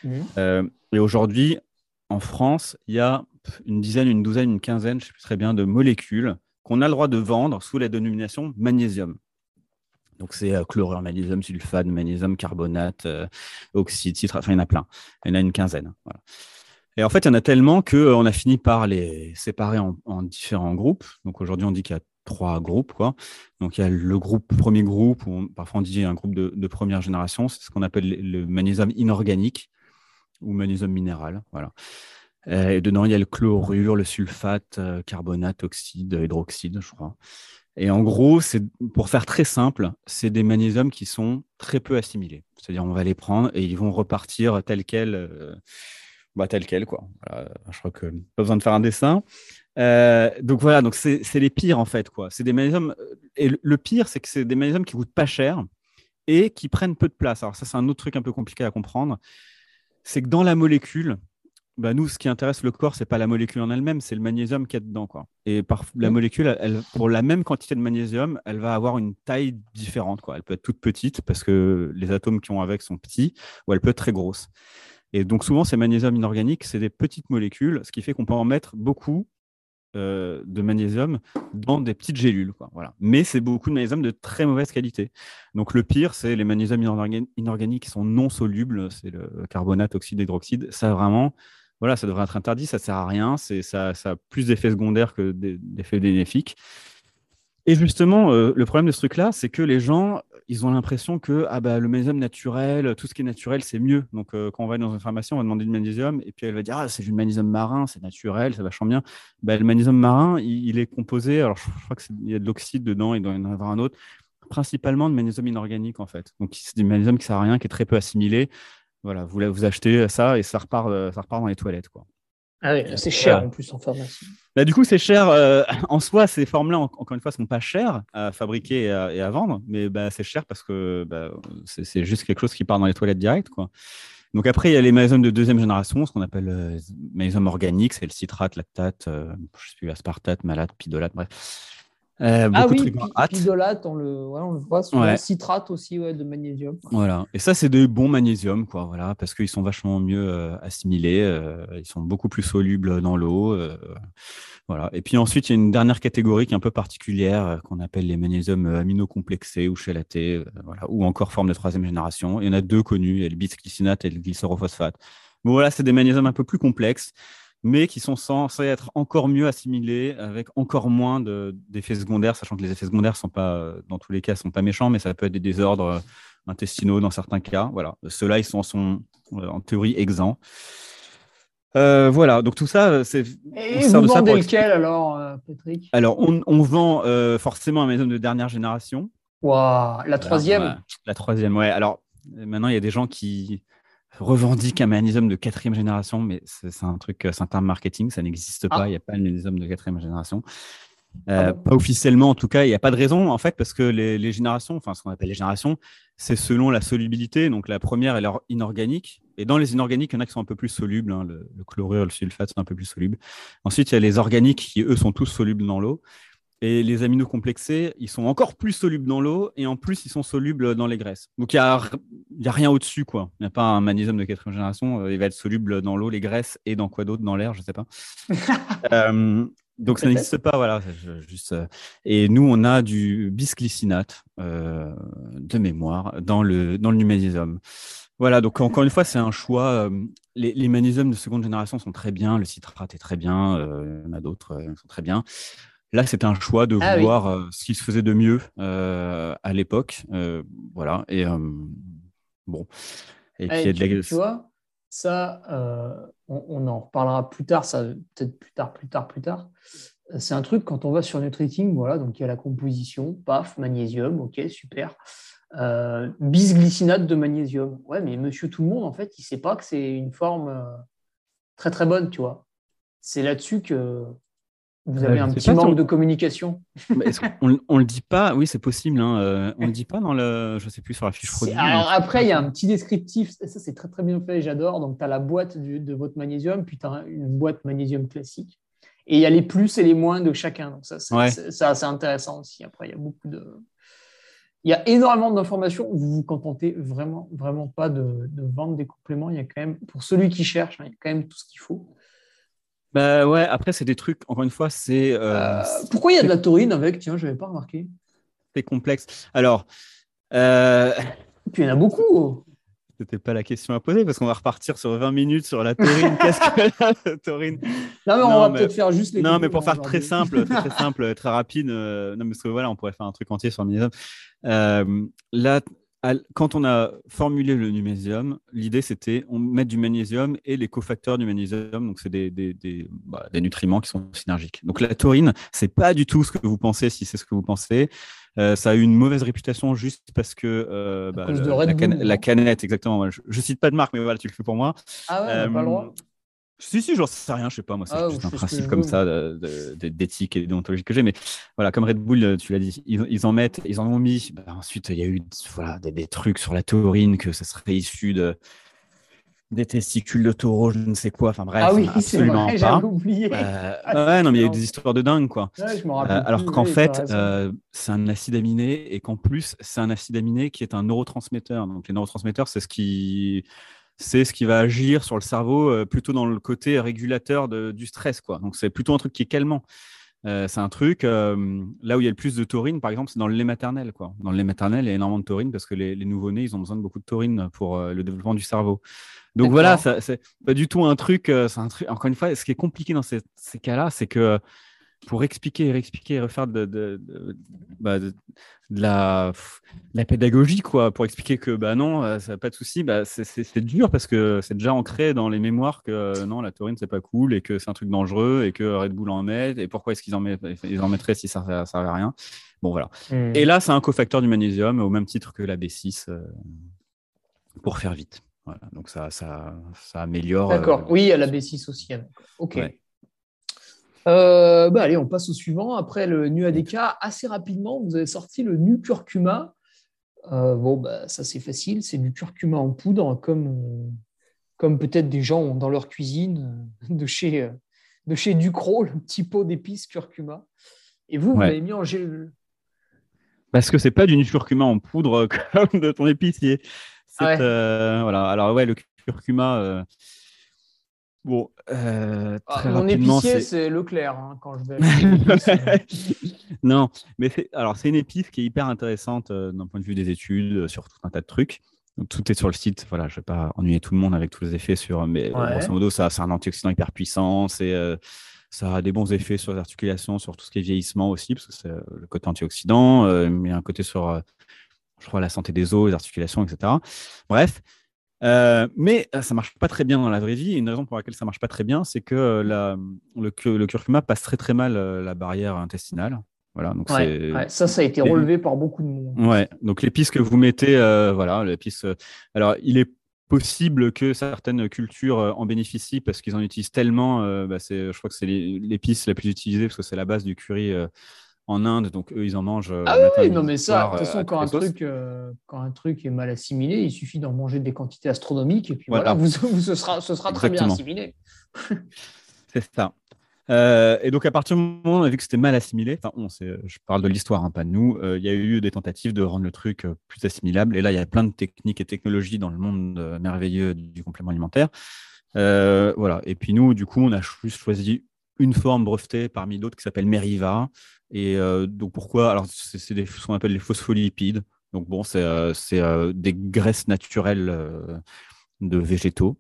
Et aujourd'hui, en France, il y a une dizaine, une douzaine, une quinzaine, je ne sais plus très bien, de molécules qu'on a le droit de vendre sous la dénomination magnésium. Donc, c'est chlorure, magnésium, sulfate, magnésium, carbonate, oxyde, citrate, enfin, il y en a plein. Il y en a une quinzaine. Voilà. Et en fait, il y en a tellement qu'on a fini par les séparer en différents groupes. Donc aujourd'hui, on dit qu'il y a 3 groupes, quoi. Donc il y a le premier groupe, parfois on dit un groupe de première génération, c'est ce qu'on appelle le magnésium inorganique ou magnésium minéral. Voilà. Et dedans, il y a le chlorure, le sulfate, carbonate, oxyde, hydroxyde, je crois. Et en gros, pour faire très simple, c'est des magnésiums qui sont très peu assimilés. C'est-à-dire, on va les prendre et ils vont repartir tel quel. Tel quel, quoi. Voilà, je crois que pas besoin de faire un dessin. Donc voilà, donc c'est les pires en fait, quoi. C'est des magnésiums. Et le pire, c'est que c'est des magnésiums qui coûtent pas cher et qui prennent peu de place. Alors ça, c'est un autre truc un peu compliqué à comprendre. C'est que dans la molécule, bah, nous, ce qui intéresse le corps, c'est pas la molécule en elle-même, c'est le magnésium qu'il y a dedans, quoi. Et la molécule, pour la même quantité de magnésium, elle va avoir une taille différente, quoi. Elle peut être toute petite parce que les atomes qui ont avec sont petits, ou elle peut être très grosse. Et donc souvent, ces magnésiums inorganiques, c'est des petites molécules, ce qui fait qu'on peut en mettre beaucoup de magnésium dans des petites gélules, quoi. Voilà. Mais c'est beaucoup de magnésium de très mauvaise qualité. Donc le pire, c'est les magnésiums inorganiques qui sont non solubles, c'est le carbonate, oxyde, hydroxyde. Ça vraiment, voilà, ça devrait être interdit, ça sert à rien, ça a plus d'effets secondaires que d'effets bénéfiques. Et justement, le problème de ce truc-là, c'est que les gens, ils ont l'impression que le magnésium naturel, tout ce qui est naturel, c'est mieux. Donc, quand on va dans une pharmacie, on va demander du magnésium, et puis elle va dire, ah, c'est du magnésium marin, c'est naturel, c'est vachement bien. Le magnésium marin, il est composé, alors je crois qu'il y a de l'oxyde dedans, il doit y en avoir un autre, principalement de magnésium inorganique, en fait. Donc, c'est du magnésium qui sert à rien, qui est très peu assimilé. Voilà, vous achetez ça et ça repart dans les toilettes, quoi. Ah oui, c'est cher en plus en pharmacie. Du coup, c'est cher. En soi, ces formes-là, encore une fois, sont pas chères à fabriquer et à vendre, mais c'est cher parce que c'est juste quelque chose qui part dans les toilettes direct, quoi. Donc après, il y a les magnésiums de deuxième génération, ce qu'on appelle magnésium organique, c'est le citrate, lactate, je sais plus, aspartate, malate, pidolate, bref. Beaucoup de trucs en hâte. Pidolate, on le voit souvent. Ouais. Citrate aussi, de magnésium. Voilà. Et ça, c'est des bons magnésiums, quoi, voilà, parce qu'ils sont vachement mieux assimilés, ils sont beaucoup plus solubles dans l'eau. Voilà. Et puis ensuite, il y a une dernière catégorie qui est un peu particulière, qu'on appelle les magnésiums aminocomplexés ou chelatés, voilà, ou encore forme de troisième génération. Il y en a deux connus, il y a le bisglycinate et le glycérophosphate. Bon, voilà, c'est des magnésiums un peu plus complexes, mais qui sont censés être encore mieux assimilés avec encore moins d'effets secondaires, sachant que les effets secondaires sont pas, dans tous les cas, sont pas méchants, mais ça peut être des désordres intestinaux dans certains cas. Voilà, ceux-là, ils sont en théorie exempts. Voilà, donc tout ça, c'est. Et vous vendez lequel alors, Patrick? Alors, on vend forcément un magnésium de dernière génération. Wow, la troisième? Ouais, la troisième, ouais. Alors, maintenant, il y a des gens qui revendique un magnésium de quatrième génération, mais c'est un truc, c'est un terme marketing, ça n'existe pas, il n'y a pas de magnésium de quatrième génération. Pas officiellement en tout cas, il n'y a pas de raison en fait, parce que les générations, enfin ce qu'on appelle les générations, c'est selon la solubilité. Donc la première est leur inorganique, et dans les inorganiques, il y en a qui sont un peu plus solubles, hein, le chlorure, le sulfate sont un peu plus solubles. Ensuite, il y a les organiques qui eux sont tous solubles dans l'eau. Et les aminocomplexés, ils sont encore plus solubles dans l'eau et en plus, ils sont solubles dans les graisses. Donc, il y a rien au-dessus, quoi. Il n'y a pas un magnésium de quatrième génération. Il va être soluble dans l'eau, les graisses et dans quoi d'autre? Dans l'air, je ne sais pas. Donc, ça n'existe pas. Voilà. Et nous, on a du bisglycinate de mémoire dans le magnésium. Voilà, donc encore une fois, c'est un choix. Les magnésiums de seconde génération sont très bien. Le citrate est très bien. Il y en a d'autres qui sont très bien. Là, c'était un choix de voir ce qui se faisait de mieux à l'époque. Voilà. Et bon. Et puis, il y a de la... Tu vois, ça, on en reparlera plus tard, ça peut-être plus tard. C'est un truc, quand on va sur Nutriting, voilà, donc il y a la composition, paf, magnésium, ok, super. Bisglycinate de magnésium. Ouais, mais monsieur tout le monde, en fait, il ne sait pas que c'est une forme très, très bonne, tu vois. C'est là-dessus que vous avez un petit manque de communication. On le dit pas, oui, c'est possible. Hein, on le dit pas dans le, je sais plus, sur la fiche produit. Alors après, il y a un petit descriptif. Ça, c'est très, très bien fait. J'adore. Donc, tu as la boîte de votre magnésium, puis tu as une boîte magnésium classique. Et il y a les plus et les moins de chacun. Donc, ça, c'est assez intéressant aussi. Après, il y a beaucoup de... Il y a énormément d'informations. Vous vous contentez vraiment, vraiment pas de vendre des compléments. Il y a quand même, pour celui qui cherche, il y a quand même tout ce qu'il faut. Ouais, après, c'est des trucs, encore une fois, c'est. Pourquoi il y a de la taurine avec? Tiens, je n'avais pas remarqué. C'est complexe. Alors. Puis il y en a beaucoup. C'était pas la question à poser parce qu'on va repartir sur 20 minutes sur la taurine. Qu'est-ce que la taurine? Non, mais on va peut-être faire juste les. Non, mais pour faire très simple, très rapide. Non, parce que voilà, on pourrait faire un truc entier sur le magnésium. Là, quand on a formulé le magnésium, l'idée c'était on met du magnésium et les cofacteurs du magnésium, donc c'est des nutriments qui sont synergiques. Donc la taurine, c'est pas du tout ce que vous pensez, si c'est ce que vous pensez. Ça a eu une mauvaise réputation juste parce que la canette, exactement. Je cite pas de marque, mais voilà, tu le fais pour moi. Ah ouais, on n'a pas le droit. Si, j'en sais rien, je sais pas, moi, c'est juste un principe comme ça d'éthique et déontologie que j'ai, mais voilà, comme Red Bull, tu l'as dit, ils en ont mis. Ensuite, il y a eu des trucs sur la taurine, que ça serait issu des testicules de taureau, je ne sais quoi, enfin bref, absolument pas. J'avais oublié. Non, mais il y a eu des histoires de dingue, quoi. Ouais, je me rappelle alors qu'en fait, c'est un acide aminé, et qu'en plus, c'est un acide aminé qui est un neurotransmetteur. Donc les neurotransmetteurs, c'est ce qui c'est ce qui va agir sur le cerveau plutôt dans le côté régulateur du stress, quoi. Donc, c'est plutôt un truc qui est calmant. C'est un truc, là où il y a le plus de taurine, par exemple, c'est dans le lait maternel, quoi. Dans le lait maternel, il y a énormément de taurine parce que les nouveau-nés, ils ont besoin de beaucoup de taurine pour le développement du cerveau. Donc voilà, D'accord. ça, c'est pas du tout un truc, c'est un truc. Encore une fois, ce qui est compliqué dans ces cas-là, c'est que pour expliquer, réexpliquer, refaire bah, de la pédagogie, quoi, pour expliquer que bah non, ça n'a pas de souci, bah, c'est dur parce que c'est déjà ancré dans les mémoires que non, la taurine, c'est pas cool et que c'est un truc dangereux et que Red Bull en met et pourquoi est-ce ils en mettraient si ça ne servait à rien. Bon, voilà. Et Hmm. là, c'est un cofacteur du magnésium au même titre que la B6 pour faire vite. Voilà. Donc, ça améliore. D'accord. Oui, il y a la B6 aussi. Hein, d'accord. OK. Ouais. Bah, allez, on passe au suivant. Après le NuADK, assez rapidement, vous avez sorti le Nu-Curcuma. Bon, bah, ça, c'est facile. C'est du curcuma en poudre, comme peut-être des gens ont dans leur cuisine de chez Ducros, le petit pot d'épices curcuma. Et vous Ouais. l'avez mis en gel. Parce que c'est pas du curcuma en poudre comme de ton épicier. Ah C'est ouais. voilà. Alors ouais, le curcuma. Bon, Ah, très mon rapidement, épicier, c'est. c'est Leclerc, hein, quand je vais acheter une épice. Non, mais c'est une épice qui est hyper intéressante d'un point de vue des études sur tout un tas de trucs. Donc, tout est sur le site. Voilà, je vais pas ennuyer tout le monde avec tous les effets mais grosso Ouais. modo, ça, c'est un antioxydant hyper puissant. Ça a des bons effets sur les articulations, sur tout ce qui est vieillissement aussi, parce que c'est le côté antioxydant, mais un côté sur, je crois, la santé des os, les articulations, etc. Bref, mais ça marche pas très bien dans la vraie vie. Et une raison pour laquelle ça marche pas très bien, c'est que le curcuma passe très très mal la barrière intestinale. Voilà, donc Ouais, c'est ouais. Ça a été relevé par beaucoup de monde. ouais. Donc l'épice que vous mettez, voilà, l'épice. Alors il est possible que certaines cultures en bénéficient parce qu'ils en utilisent tellement. Bah, je crois que c'est l'épice la plus utilisée parce que c'est la base du curry en Inde. Donc eux, ils en mangent Ah matin, oui, non, midi, mais ça, de soir toute façon, à toutes les sauces. quand un truc est mal assimilé, il suffit d'en manger des quantités astronomiques et puis voilà, Voilà, ce sera très bien exactement. assimilé. C'est ça. Et donc, à partir du moment où on a vu que c'était mal assimilé, enfin, je parle de l'histoire, hein, pas de nous, il y a eu des tentatives de rendre le truc plus assimilable. Et là, il y a plein de techniques et technologies dans le monde merveilleux du complément alimentaire. Voilà. Et puis, nous, du coup, on a juste choisi une forme brevetée parmi d'autres qui s'appelle Meriva. Et donc, pourquoi? Alors, c'est ce qu'on appelle les phospholipides. Donc, bon, c'est des graisses naturelles de végétaux.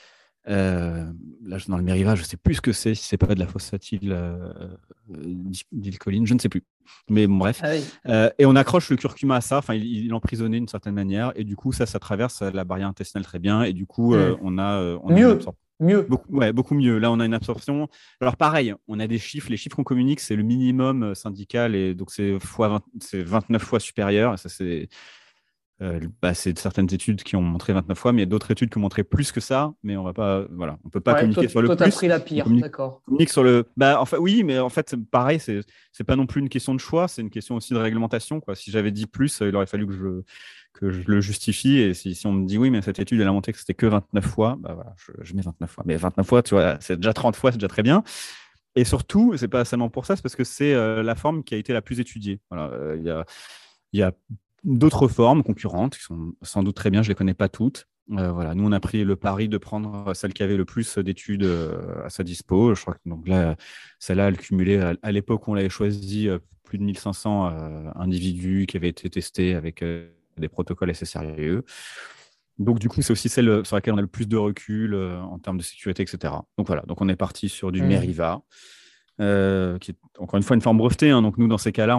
Là, dans le Meriva, je ne sais plus ce que c'est, si c'est pas de la phosphatidylcholine, je ne sais plus. Mais bon, bref. Ah oui. Et on accroche le curcuma à ça, enfin, il emprisonnait d'une certaine manière, et du coup, ça traverse la barrière intestinale très bien, et du coup, Hmm. on a une Mieux, absorption. mieux. Beaucoup, ouais, beaucoup mieux. Là, on a une absorption. Alors, pareil, on a des chiffres. Les chiffres qu'on communique, c'est le minimum syndical, et donc c'est 29 fois supérieur. Et ça, c'est certaines études qui ont montré 29 fois, mais il y a d'autres études qui ont montré plus que ça, mais voilà, on peut pas Ouais, communiquer sur le t'as plus. pris la On pire, communique, d'accord. communique sur le. Bah, enfin, oui, mais en fait, pareil, c'est pas non plus une question de choix, c'est une question aussi de réglementation, quoi. Si j'avais dit plus, il aurait fallu que je le justifie. Et si on me dit oui, mais cette étude, elle a montré que c'était que 29 fois, bah voilà, je mets 29 fois. Mais 29 fois, tu vois, c'est déjà 30 fois, c'est déjà très bien. Et surtout, c'est pas seulement pour ça, c'est parce que c'est la forme qui a été la plus étudiée. Voilà, il y a d'autres formes concurrentes qui sont sans doute très bien, je ne les connais pas toutes. Voilà, nous, on a pris le pari de prendre celle qui avait le plus d'études à sa dispo. Je crois que donc là, celle-là, elle cumulait à l'époque où on l'avait choisi plus de 1500 individus qui avaient été testés avec des protocoles assez sérieux. Donc, du coup, c'est aussi celle sur laquelle on a le plus de recul en termes de sécurité, etc. Donc, voilà. Donc, on est parti sur du Hmm. Meriva, qui est encore une fois une forme brevetée. Hein. Donc, nous, dans ces cas-là,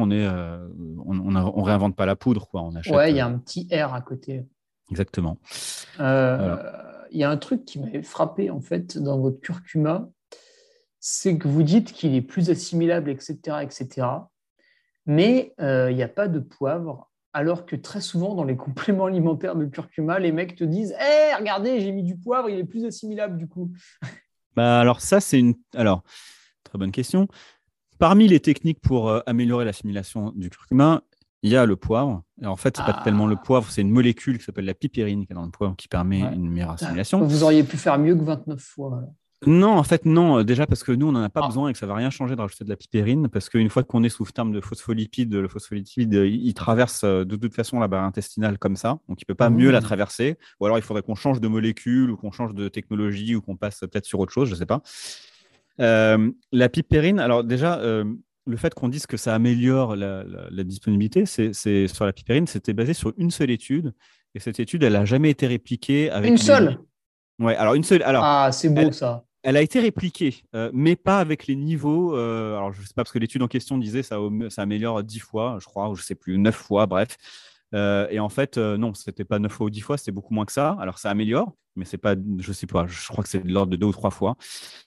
on réinvente pas la poudre, quoi. On Ouais, achète il y a un petit R à côté. exactement. Voilà. Il y a un truc qui m'avait frappé, en fait, dans votre curcuma, c'est que vous dites qu'il est plus assimilable, etc., etc. Mais il n'y a pas de poivre, alors que très souvent, dans les compléments alimentaires de curcuma, les mecs te disent hé, regardez, j'ai mis du poivre, il est plus assimilable du coup. Bah, alors, ça, alors, très bonne question. Parmi les techniques pour améliorer l'assimilation du curcuma, il y a le poivre. Et en fait, c'est pas tellement le Ah, poivre, c'est une molécule qui s'appelle la pipérine qui est dans le poivre qui permet ouais. une meilleure Ah, assimilation. vous auriez pu faire mieux que 29 fois. Non, en fait, non. Déjà parce que nous, on n'en a pas Ah. besoin et que ça ne va rien changer de rajouter de la pipérine. Parce qu'une fois qu'on est sous terme de phospholipide, le phospholipide, il traverse de toute façon la barrière intestinale comme ça. Donc, il ne peut pas mieux la Mmh. traverser. Ou alors, il faudrait qu'on change de molécule ou qu'on change de technologie ou qu'on passe peut-être sur autre chose, je ne sais pas. La pipérine, alors déjà, le fait qu'on dise que ça améliore la disponibilité, c'est sur la pipérine, c'était basé sur une seule étude. Et cette étude, elle n'a jamais été répliquée Une avec les. seule? Ouais, alors une seule. Alors, Ah, c'est beau elle, ça. elle a été répliquée, mais pas avec les niveaux. Alors, je ne sais pas, parce que l'étude en question disait ça, ça améliore 10 fois, je crois, ou je ne sais plus, 9 fois, bref. Et en fait, non, ce n'était pas 9 fois ou 10 fois, c'était beaucoup moins que ça. Alors, ça améliore, mais c'est pas, je ne sais pas, je crois que c'est de l'ordre de 2 ou 3 fois.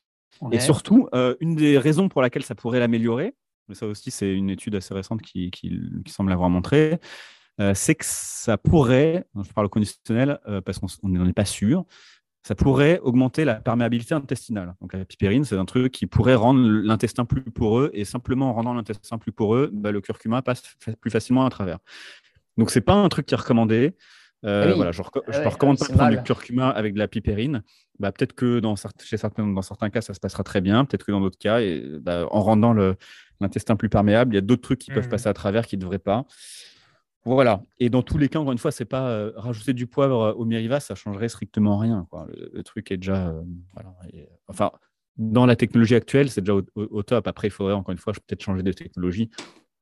Et Ouais. surtout, une des raisons pour laquelle ça pourrait l'améliorer, mais ça aussi, c'est une étude assez récente qui semble l'avoir montré, c'est que ça pourrait, je parle au conditionnel parce qu'on n'en est pas sûr, ça pourrait augmenter la perméabilité intestinale. Donc la pipérine, c'est un truc qui pourrait rendre l'intestin plus poreux, et simplement en rendant l'intestin plus poreux, bah, le curcuma passe plus facilement à travers. Donc c'est pas un truc qui est recommandé. Ah Voilà, oui. je Ah ne ouais, ah oui, recommande pas de c'est prendre du mal. curcuma avec de la pipérine. Bah, peut-être que dans certains cas, ça se passera très bien. Peut-être que dans d'autres cas, bah, en rendant l'intestin plus perméable, il y a d'autres trucs qui peuvent Hmm. passer à travers qui ne devraient pas. Voilà. Et dans tous les cas, encore une fois, c'est pas rajouter du poivre au Miriva, ça changerait strictement rien, quoi. Le truc est déjà. Voilà. Enfin, dans la technologie actuelle, c'est déjà au top. Après, il faudrait encore une fois peut-être changer de technologie.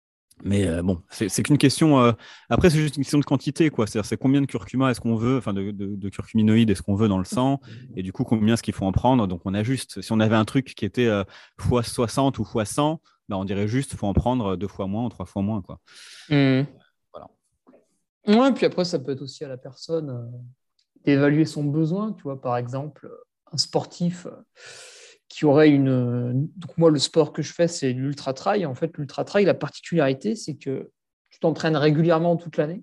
Mais bon, c'est qu'une question. Après, c'est juste une question de quantité, quoi. C'est combien de curcuma est-ce qu'on veut, enfin de curcuminoïdes est-ce qu'on veut dans le sang, et du coup, combien est-ce qu'il faut en prendre. Donc, on ajuste. Si on avait un truc qui était x 60 ou x 100, bah, on dirait juste faut en prendre 2 fois moins ou 3 fois moins, quoi. Hmm. Voilà. Ouais, puis après, ça peut être aussi à la personne d'évaluer son besoin. Tu vois, par exemple, un sportif qui aurait une. Donc, moi, le sport que je fais, c'est l'ultra-trail. En fait, l'ultra-trail, la particularité, c'est que tu t'entraînes régulièrement toute l'année.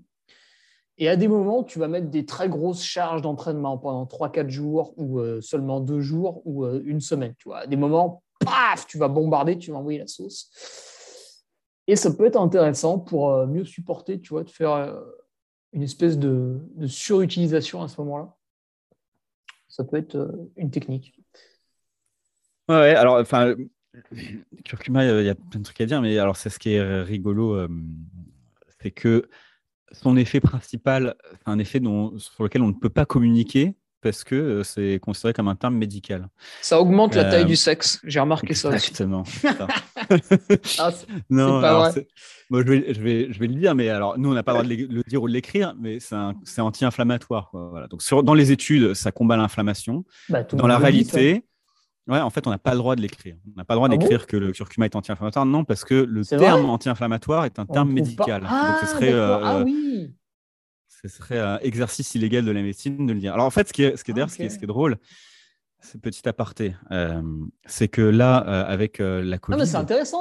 Et à des moments, tu vas mettre des très grosses charges d'entraînement pendant 3, 4 jours ou seulement 2 jours ou une semaine. Tu vois. À des moments, paf, tu vas bombarder, tu vas envoyer la sauce. Et ça peut être intéressant pour mieux supporter, tu vois, de faire une espèce de surutilisation à ce moment-là. Ça peut être une technique. Ouais, ouais, alors, enfin, curcuma, il y a plein de trucs à dire, mais alors, c'est ce qui est rigolo, c'est que son effet principal, c'est un effet sur lequel on ne peut pas communiquer parce que c'est considéré comme un terme médical. Ça augmente la taille Euh, du sexe. J'ai remarqué ça aussi. Exactement. Ça. Ah, c'est Non, pas alors vrai. moi, je vais le dire, mais alors nous, on n'a pas le droit de le dire ou de l'écrire, mais c'est anti-inflammatoire, quoi. Voilà. Donc dans les études, ça combat l'inflammation. Bah, tout le Dans monde la le dit, ça. réalité, ouais, en fait, on n'a pas le droit de l'écrire. On n'a pas le droit Ah d'écrire bon? que le curcuma est anti-inflammatoire. Non, parce que le C'est vrai? terme anti-inflammatoire est un On ne terme trouve pas. médical. Donc Ah, d'accord. Ah oui. ce serait un exercice illégal de la médecine de le dire. Alors en fait, Ah, d'ailleurs, ok. ce qui est drôle, c'est petit aparté, c'est que là, avec la Non, mais c'est Covid, intéressant,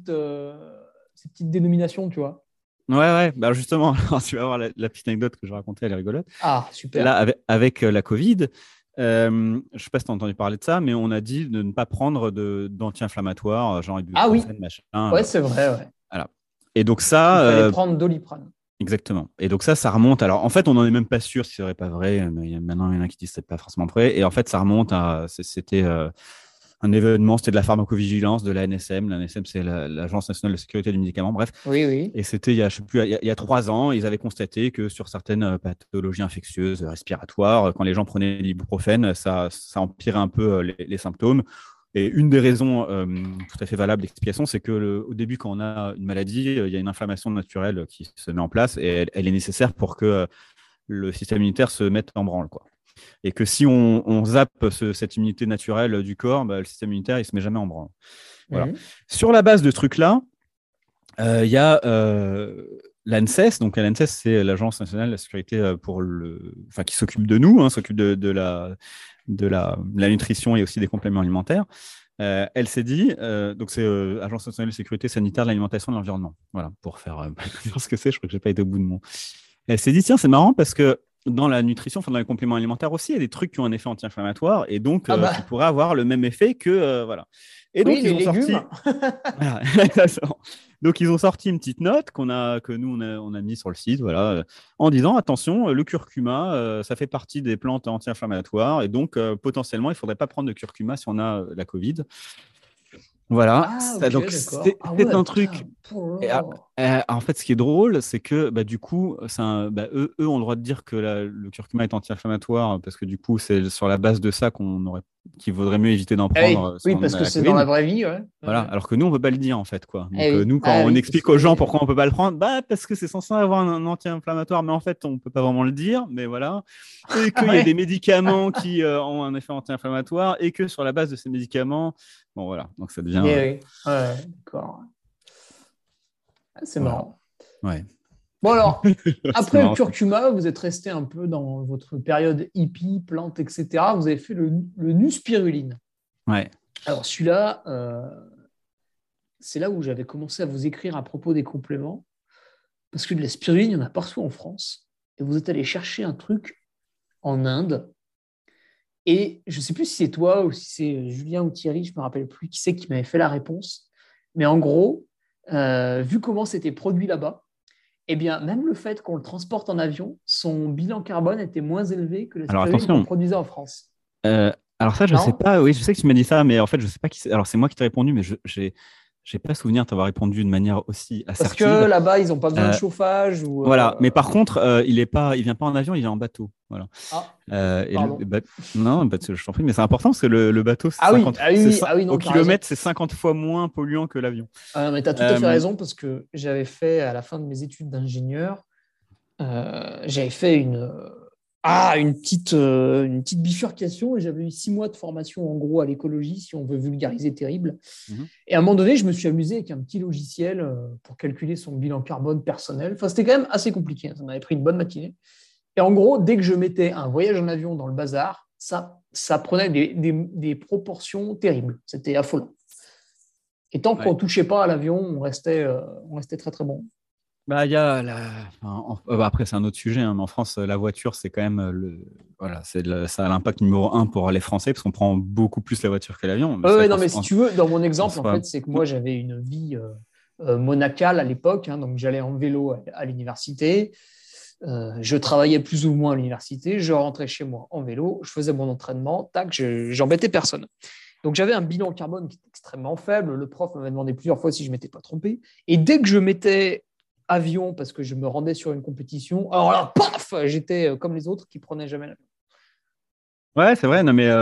ces petites dénominations, tu vois. ouais, ouais, bah justement, alors, tu vas voir la petite anecdote que je racontais, elle est rigolote. Ah, Là, super. avec la Covid, je ne sais pas si tu as entendu parler de ça, mais on a dit de ne pas prendre d'anti-inflammatoires, genre Ah oui. ibuprofène, machin. Ouais, c'est vrai, ouais. Voilà. Et donc Il ça, fallait prendre Doliprane. exactement. Et donc ça remonte. Alors en fait, on n'en est même pas sûr si ce serait pas vrai. Mais maintenant, il y en a qui disent que c'est pas forcément vrai. Et en fait, ça remonte à. C'était un événement, c'était de la pharmacovigilance de la l'ANSM. L'ANSM, c'est l'Agence nationale de sécurité du médicament. Bref. Oui, oui. Et c'était, je sais plus, il y a 3 ans, ils avaient constaté que sur certaines pathologies infectieuses respiratoires, quand les gens prenaient l'ibuprofène, ça empirait un peu les symptômes. Et une des raisons tout à fait valables d'explication, c'est que au début, quand on a une maladie, il y a une inflammation naturelle qui se met en place et elle est nécessaire pour que le système immunitaire se mette en branle, quoi. Et que si on zappe cette immunité naturelle du corps, bah, le système immunitaire, il se met jamais en branle. Voilà. Mhm. Sur la base de ce truc-là, il y a l'ANSES. Donc, l'ANSES, c'est l'Agence nationale de la sécurité enfin, qui s'occupe de nous, hein, s'occupe de la nutrition et aussi des compléments alimentaires. Elle s'est dit, donc c'est Agence nationale de sécurité sanitaire de l'alimentation et de l'environnement. Voilà, pour faire dire ce que c'est, je crois que j'ai pas été au bout de mon. Elle s'est dit, tiens, c'est marrant parce que dans la nutrition, enfin dans les compléments alimentaires aussi, il y a des trucs qui ont un effet anti-inflammatoire et donc Ah qui bah pourraient avoir le même effet que voilà. Et oui, donc ils les ont sorti, légumes. voilà, exactement. Donc ils ont sorti une petite note que nous on a mis sur le site, voilà, en disant attention, le curcuma, ça fait partie des plantes anti-inflammatoires et donc potentiellement il faudrait pas prendre de curcuma si on a la Covid. Voilà, Ah ok, donc d'accord. Ah c'est ouais, un putain. truc. Oh Et, là. en fait, ce qui est drôle, c'est que bah, du coup, eux ont le droit de dire que le curcuma est anti-inflammatoire parce que du coup, c'est sur la base de ça qu'il vaudrait mieux éviter d'en Ah prendre oui, si oui, on parce a que la c'est dans la Covid. vraie vie, ouais. Voilà, Ouais. alors que nous, on peut pas le dire en fait, quoi. Ah Donc oui, nous, quand ah on oui, parce explique aux gens pourquoi que on peut pas le prendre, bah parce que c'est censé avoir un anti-inflammatoire, mais en fait, on peut pas vraiment le dire, mais voilà. Et ah qu'il y a des ouais, médicaments qui ont un effet anti-inflammatoire et que sur la base de ces médicaments, bon voilà, donc ça devient eh oui, ouais, d'accord. Ah, c'est voilà, marrant. ouais. Bon alors, C'est après le marrant. curcuma, vous êtes resté un peu dans votre période hippie, plante, etc. Vous avez fait le nu-spiruline. Ouais. Alors celui-là, c'est là où j'avais commencé à vous écrire à propos des compléments, parce que de la spiruline, il y en a partout en France. Et vous êtes allé chercher un truc en Inde. Et je ne sais plus si c'est toi ou si c'est Julien ou Thierry, je ne me rappelle plus qui c'est qui m'avait fait la réponse. Mais en gros, vu comment c'était produit là-bas, eh bien, même le fait qu'on le transporte en avion, son bilan carbone était moins élevé que la Alors spiruline qu'on attention. produisait en France. Alors ça, je sais Non? pas. Oui, je sais que tu m'as dit ça, mais en fait, je sais pas qui c'est. Alors c'est moi qui t'ai répondu, mais j'ai pas souvenir de t'avoir répondu de manière aussi Parce que assertive. là-bas, ils n'ont pas besoin de Euh, chauffage ou. voilà. Mais par contre, il vient pas en avion, il vient en bateau. Voilà. Ah, Et pardon. non, je t'en prie, mais c'est important parce que le bateau, c'est Ah oui, 50, ah oui, oui, ah oui, au non, tu as raison. kilomètre, c'est 50 fois moins polluant que l'avion. Mais tu as tout à fait Euh, raison parce que j'avais fait, à la fin de mes études d'ingénieur, j'avais fait une petite bifurcation et j'avais eu 6 mois de formation en gros à l'écologie, si on veut vulgariser terrible. mhm. Et à un moment donné, je me suis amusé avec un petit logiciel pour calculer son bilan carbone personnel. Enfin, c'était quand même assez compliqué, hein. Ça m'avait pris une bonne matinée. Et en gros, dès que je mettais un voyage en avion dans le bazar, ça prenait des proportions terribles. C'était affolant. Et tant qu'on Ouais. ne touchait pas à l'avion, on restait très très bon. Bah, il y a après, c'est un autre sujet, hein, mais en France, la voiture, c'est quand même voilà, ça a l'impact numéro un pour les Français, parce qu'on prend beaucoup plus la voiture que l'avion. Mais c'est vrai Ouais, non, mais si tu veux, dans mon en exemple, en soi. fait, c'est que moi, j'avais une vie monacale à l'époque. Hein, donc, j'allais en vélo à l'université. Je travaillais plus ou moins à l'université. Je rentrais chez moi en vélo. Je faisais mon entraînement. Tac, j'embêtais personne. Donc, j'avais un bilan carbone qui était extrêmement faible. Le prof m'avait demandé plusieurs fois si je ne m'étais pas trompé. Et dès que je mettais avion parce que je me rendais sur une compétition, alors là, paf, j'étais comme les autres qui prenaient jamais l'avion. Ouais, c'est vrai, non, mais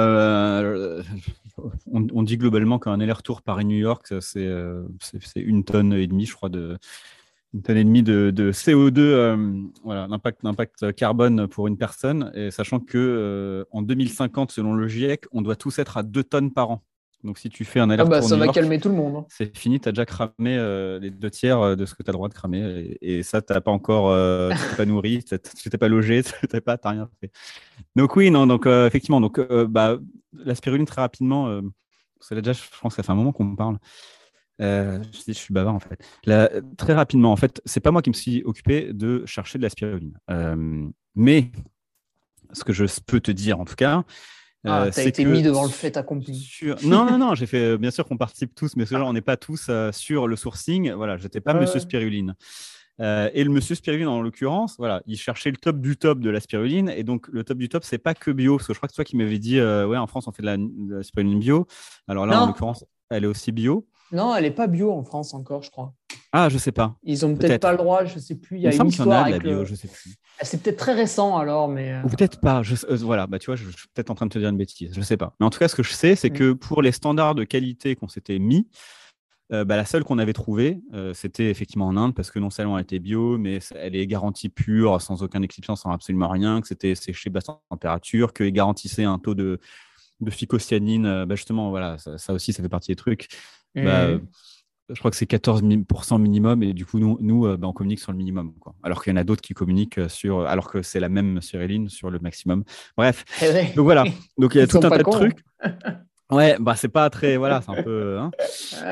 on dit globalement qu'un aller-retour Paris-New York, c'est 1 tonne et demie, je crois, 1 tonne et demie de CO2, voilà, d'impact carbone pour une personne, et sachant que en 2050, selon le GIEC, on doit tous être à 2 tonnes par an. Donc, si tu fais un Ah bah, aller-retour ça New va York, calmer tout le monde. Hein. c'est fini, tu as déjà cramé les 2 tiers de ce que tu as le droit de cramer. Et ça, tu n'as pas encore, tu t'es pas nourri, tu t'es pas logé, t'as rien fait. Donc oui, non, donc effectivement, donc la spiruline très rapidement, parce que là déjà, je pense que ça fait un moment qu'on me parle. Je suis bavard en fait. Très rapidement, en fait, c'est pas moi qui me suis occupé de chercher de la spiruline. Mais ce que je peux te dire en tout cas, Ah, t'as c'est été que mis devant le fait accompli. non, non, non, j'ai fait bien sûr qu'on participe tous, mais ce genre, on n'est pas tous sur le sourcing. Voilà, j'étais pas Monsieur Ouais. Spiruline. Et le monsieur spiruline, en l'occurrence, voilà, il cherchait le top du top de la spiruline. Et donc, le top du top, c'est pas que bio. Parce que je crois que c'est toi qui m'avais dit, ouais, en France, on fait de la spiruline bio. Alors là, en Non, l'occurrence, elle est aussi bio. non, elle n'est pas bio en France encore, je crois. Ah, je sais pas. Ils ont peut-être pas Peut-être. le droit, je sais plus. Il y Il me a une semble qu'il y en histoire a de la avec bio, le. je sais plus. Ah, c'est peut-être très récent alors, mais. Ou peut-être pas. Voilà, bah, tu vois, je suis peut-être en train de te dire une bêtise. Je sais pas. Mais en tout cas, ce que je sais, c'est Mm. que pour les standards de qualité qu'on s'était mis, la seule qu'on avait trouvée, c'était effectivement en Inde, parce que non seulement elle était bio, mais elle est garantie pure, sans aucun excipient, sans absolument rien, que c'était séché basse température, qu'il garantissait un taux de phycocyanine. Justement, voilà, ça aussi, ça fait partie des trucs. Bah, Mm. je crois que c'est 14% minimum, et du coup, nous on communique sur le minimum, quoi. Alors qu'il y en a d'autres qui communiquent alors que c'est la même spiruline sur le maximum. Bref, Eh ouais. donc voilà. Donc il y a Ils tout sont un pas tas de cons. trucs. Ouais, bah c'est pas très, voilà, c'est un peu, hein.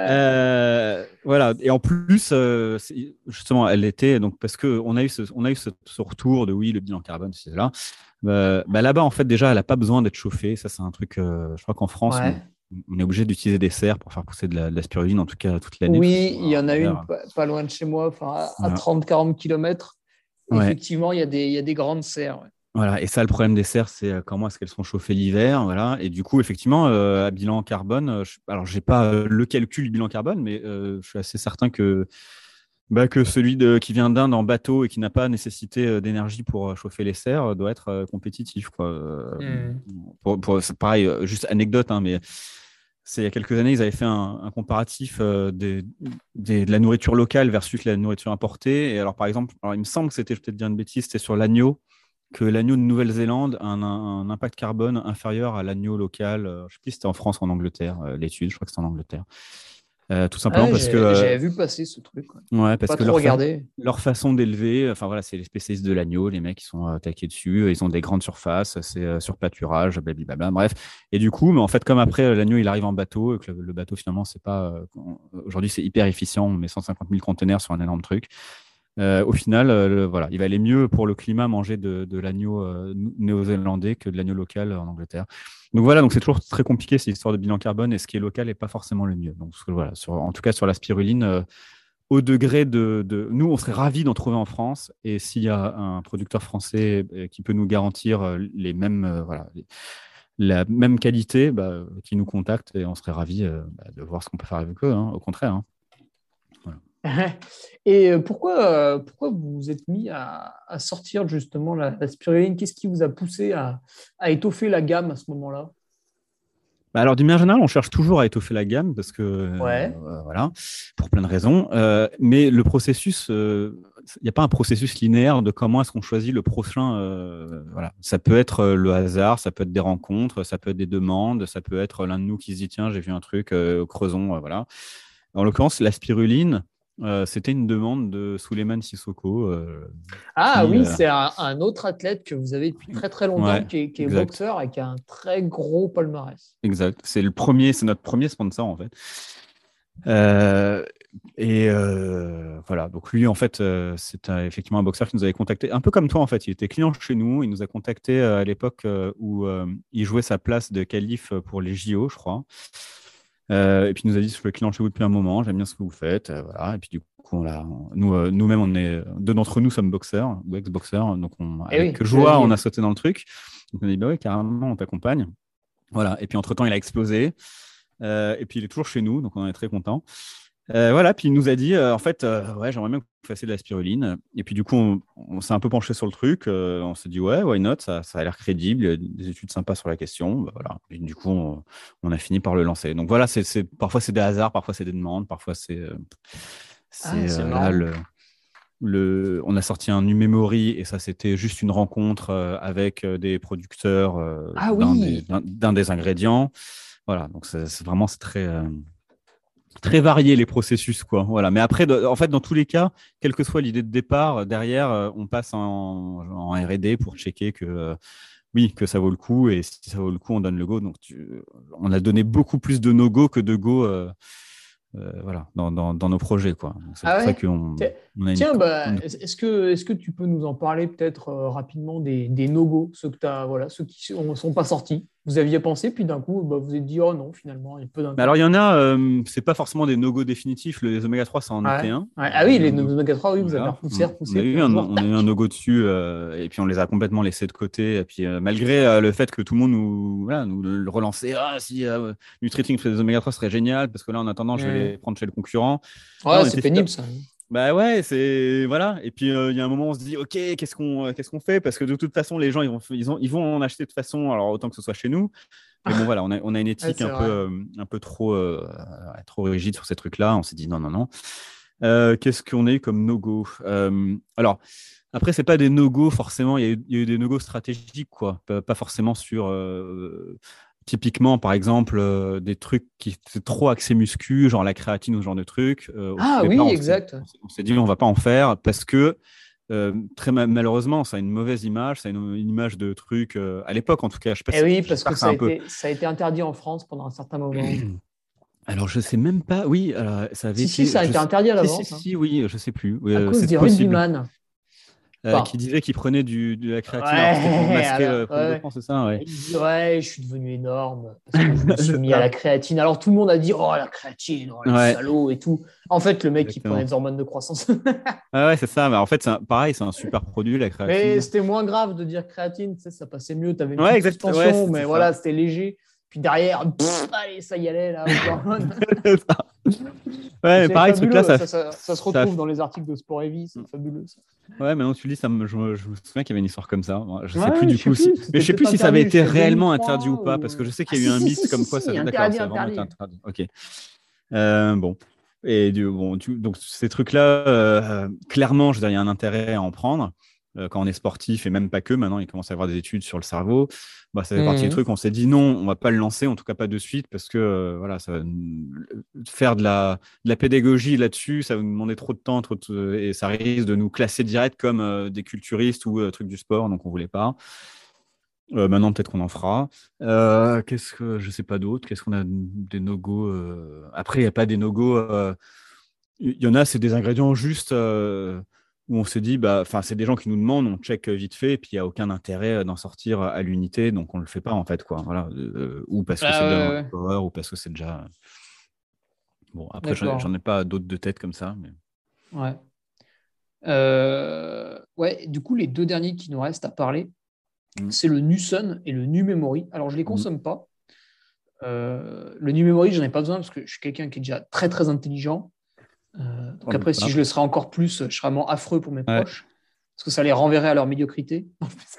Voilà. Et en plus, justement, elle était donc parce que on a eu ce retour de oui, le bilan carbone, c'est là. Bah, là-bas, en fait, déjà, elle a pas besoin d'être chauffée. Ça, c'est un truc. Je crois qu'en France, Ouais. on est obligé d'utiliser des serres pour faire pousser de la spiruline, en tout cas toute l'année, parce que Oui, sinon, il y en en a une hiver, pas loin de chez moi, enfin à voilà. 30-40 kilomètres. Ouais. Effectivement, il y a des grandes serres. Ouais. Voilà, et ça, le problème des serres, c'est comment est-ce qu'elles sont chauffées l'hiver, voilà. Et du coup, effectivement, à bilan carbone, alors j'ai pas le calcul du bilan carbone, mais je suis assez certain que celui qui vient d'Inde en bateau et qui n'a pas nécessité d'énergie pour chauffer les serres doit être compétitif, quoi. Hmm. C'est pareil, juste anecdote, hein, mais c'est il y a quelques années, ils avaient fait un comparatif de la nourriture locale versus la nourriture importée. Et alors, par exemple, alors, il me semble que c'était, je vais peut-être dire une bêtise, c'était sur l'agneau, que l'agneau de Nouvelle-Zélande a un impact carbone inférieur à l'agneau local. Je ne sais plus si c'était en France ou en Angleterre, l'étude, je crois que c'était en Angleterre. Tout simplement Ouais, parce que, j'avais vu passer ce truc. Ouais. ouais, parce Pas que trop regardé. leur façon d'élever, enfin voilà, c'est les spécialistes de l'agneau, les mecs qui sont attaqués dessus, ils ont des grandes surfaces, c'est sur pâturage, blablabla, bref. Et du coup, mais en fait, comme après l'agneau il arrive en bateau, et que le bateau finalement, c'est pas. Aujourd'hui, c'est hyper efficient, on met 150 000 conteneurs sur un énorme truc. Au final, voilà, il va aller mieux pour le climat manger de l'agneau néo-zélandais que de l'agneau local en Angleterre. Donc voilà, donc c'est toujours très compliqué cette histoire de bilan carbone et ce qui est local n'est pas forcément le mieux. Donc voilà, en tout cas sur la spiruline, au degré nous, on serait ravis d'en trouver en France et s'il y a un producteur français qui peut nous garantir les mêmes, voilà, la même qualité, bah, qui nous contacte et on serait ravis de voir ce qu'on peut faire avec eux, hein, au contraire, hein. Voilà. Et pourquoi vous vous êtes mis à sortir justement la spiruline? Qu'est-ce qui vous a poussé à étoffer la gamme à ce moment-là? Bah alors, d'une manière générale, on cherche toujours à étoffer la gamme parce que, Ouais. voilà, pour plein de raisons. Mais le processus, il n'y a pas un processus linéaire de comment est-ce qu'on choisit le prochain. Voilà. Ça peut être le hasard, ça peut être des rencontres, ça peut être des demandes, ça peut être l'un de nous qui se dit tiens, j'ai vu un truc, creusons, voilà. En l'occurrence, la spiruline, c'était une demande de Souleymane Sissoko Ah qui. oui, c'est un autre athlète que vous avez depuis très très longtemps, Ouais, qui est exact. boxeur et qui a un très gros palmarès. Exact. C'est notre premier sponsor en fait. Euh, voilà, donc lui, en fait, c'est effectivement un boxeur qui nous avait contacté, un peu comme toi, en fait. Il était client chez nous. Il nous a contacté à l'époque où il jouait sa place de qualif pour les JO, je crois. Et puis il nous a dit, je suis client chez vous depuis un moment, j'aime bien ce que vous faites. Voilà. Et puis du coup, nous-mêmes, deux d'entre nous sommes boxeurs ou ex-boxeurs. Donc Eh avec oui, tu l'as joie, dit. on a sauté dans le truc. Donc on a dit, bah ouais, carrément, on t'accompagne. Voilà. Et puis entre-temps, il a explosé. Et puis il est toujours chez nous, donc on en est très content. Voilà, puis il nous a dit, en fait, ouais, j'aimerais bien que vous fassiez de la spiruline. Et puis du coup, on s'est un peu penché sur le truc. On s'est dit, ouais, why not, ça a l'air crédible, il y a des études sympas sur la question. Bah, voilà. Et du coup, on a fini par le lancer. Donc voilà, parfois c'est des hasards, parfois c'est des demandes, parfois Ah, c'est là, marrant. on a sorti un Numémori et ça, c'était juste une rencontre avec des producteurs Ah oui, d'un des ingrédients. Voilà, donc c'est très, très varié les processus, quoi. Voilà. Mais après, en fait, dans tous les cas, quelle que soit l'idée de départ, derrière, on passe en R&D pour checker que, oui, que ça vaut le coup. Et si ça vaut le coup, on donne le go. Donc, on a donné beaucoup plus de no-go que de go, voilà, dans nos projets, quoi. Donc, c'est ah pour ça ouais. qu'on Tiens, on a tiens, bah, est-ce que tu peux nous en parler peut-être rapidement des no-go, ceux que t'as, voilà, ceux qui sont pas sortis. Vous aviez pensé, puis d'un coup, bah, vous avez dit, oh non, finalement, il y a peu Mais alors, il y d'intérêt. en a, c'est pas forcément des no-go définitifs. Les oméga 3, ça en Ouais. était un. Ouais. Ah oui, les No-go. oméga 3, oui, vous avez Voilà. repoussé, puis un jour, On a eu un tac. no-go dessus, et puis on les a complètement laissés de côté. Et puis, malgré le fait que tout le monde nous le relançait, ah, si Nutriting fait des oméga 3, ce serait génial, parce que là, en attendant, je vais les Hmm. prendre chez le concurrent. Là, Ouais, on c'est était super. pénible ça. Bah ouais, c'est voilà. Et puis il y a un moment, on se dit, ok, qu'est-ce qu'on fait? Parce que de toute façon, les gens, ils vont en acheter de toute façon. Alors autant que ce soit chez nous. Mais bon, voilà, on a une Ouais, éthique c'est vrai. un peu trop, trop rigide sur ces trucs-là. On s'est dit non, non, non. Qu'est-ce qu'on a eu comme no-go? Alors, après, c'est pas des no-go forcément. Il y a eu des no-go stratégiques, quoi. Pas forcément sur. Typiquement, par exemple, des trucs qui étaient trop axés muscu, genre la créatine ou ce genre de trucs. Au tout Ah départ, oui, exact. on s'est dit on va pas en faire parce que Malheureusement, ça a une mauvaise image, ça a une image de truc, à l'époque en tout cas, je sais pas Eh oui, parce j'espère que que c'est un peu. ça a été interdit en France pendant un certain moment. Alors, je sais même pas, oui, ça avait Si, été. ça a été interdit à la Si, si, vente, hein, si, oui, je sais plus, oui, à cause c'est des possible. rugbyman. Qui Enfin, disait qu'il prenait de la créatine alors que c'était pour ouais, masquer alors, le prise de ouais. sang, c'est ça, ouais. Il dit, ouais, je suis devenu énorme parce que je me suis C'est mis à ça. la créatine. Alors tout le monde a dit, oh, la créatine, oh, le Ouais, salaud et tout. En fait, le mec, il prenait exactement. des hormones de croissance. Ah ouais, c'est ça. Mais en fait, pareil, c'est un super produit, la Mais créatine. c'était moins grave de dire créatine, tu sais, ça passait mieux. Tu avais une Ouais, petite exact. Ouais, suspension, mais c'est ça. voilà, c'était léger. Puis derrière, allez, ça y allait, là, aux hormones. C'est ça. Et Ouais, mais c'est pareil, ce truc-là, fabuleux. Ça se ça. retrouve dans les articles de Sport et Vie, c'est fabuleux. Ça. Ouais, maintenant tu le dis, je me souviens qu'il y avait une histoire comme ça. Bon, je sais plus Ouais, du je sais coup si, plus, mais c'était je sais peut-être plus si ça avait interdit été jusqu'à réellement interdit ou 2003 pas, ou... parce que je sais Ah qu'il y a eu si, un si, si, mythe si, comme quoi ça. si, D'accord, interdit, ça a vraiment été interdit. interdit. Ok. Bon. Et bon, donc ces trucs-là, clairement, je veux dire, il y a un intérêt à en prendre. Quand on est sportif et même pas que, maintenant il commence à y avoir des études sur le cerveau. Bah, ça fait partie des Mhm. trucs. On s'est dit non, on va pas le lancer, en tout cas pas de suite, parce que voilà, ça va faire de la pédagogie là-dessus, ça va nous demander trop de temps, et ça risque de nous classer direct comme des culturistes ou trucs du sport, donc on voulait pas. Maintenant, peut-être qu'on en fera. Qu'est-ce que je sais pas d'autre? Qu'est-ce qu'on a des no-go après, il n'y a pas des no-go. Il y en a, c'est des ingrédients juste où on s'est dit, bah, enfin, c'est des gens qui nous demandent, on check vite fait, et puis il n'y a aucun intérêt d'en sortir à l'unité, donc on le fait pas en fait, quoi. Voilà. Ou parce que Ah c'est déjà dans ouais, le ouais, power, ou parce que c'est déjà. Bon, après, j'en d'accord. ai pas d'autres de tête comme ça, mais. Ouais. Ouais, du coup, les deux derniers qui nous restent à parler, Mm. c'est le Nusun et le Nu Memory. Alors, je les Mm. consomme pas. Le Nu Memory, j'en ai pas besoin parce que je suis quelqu'un qui est déjà très, très intelligent. On Donc doute après, si pas. je le serais encore plus, je serais vraiment affreux pour mes Ouais. proches parce que ça les renverrait à leur médiocrité.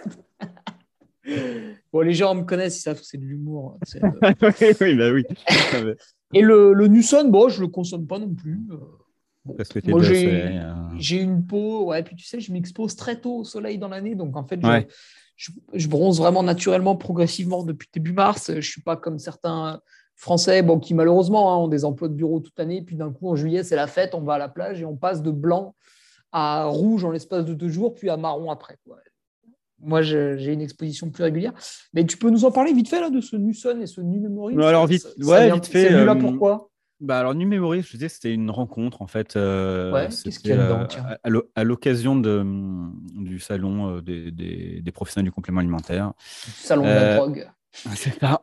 Bon, les gens me connaissent, ils savent que c'est de l'humour. Oui, oui, bah oui. Ah, mais Et le Nusun, bon, je le consomme pas non plus. Bon, parce que tu es moi, déjà au soleil. j'ai une peau, ouais, puis tu sais, je m'expose très tôt au soleil dans l'année, donc en fait, Ouais. je bronze vraiment naturellement, progressivement depuis début mars. Je suis pas comme certains Français, bon, qui malheureusement hein, ont des emplois de bureau toute l'année, puis d'un coup, en juillet, c'est la fête, on va à la plage et on passe de blanc à rouge en l'espace de 2 jours, puis à marron après, quoi. Moi, j'ai une exposition plus régulière. Mais tu peux nous en parler vite fait là, de ce Nusun et ce Nu Memory? Alors ouais, vite C'est fait. venu là pourquoi? Bah alors, New Memories, je disais, c'était une rencontre en fait. Ouais, qu'est-ce qu'il C'était y a dedans, tiens? à l'occasion du salon des professionnels du complément alimentaire. Du salon de la Euh, drogue. c'est ça.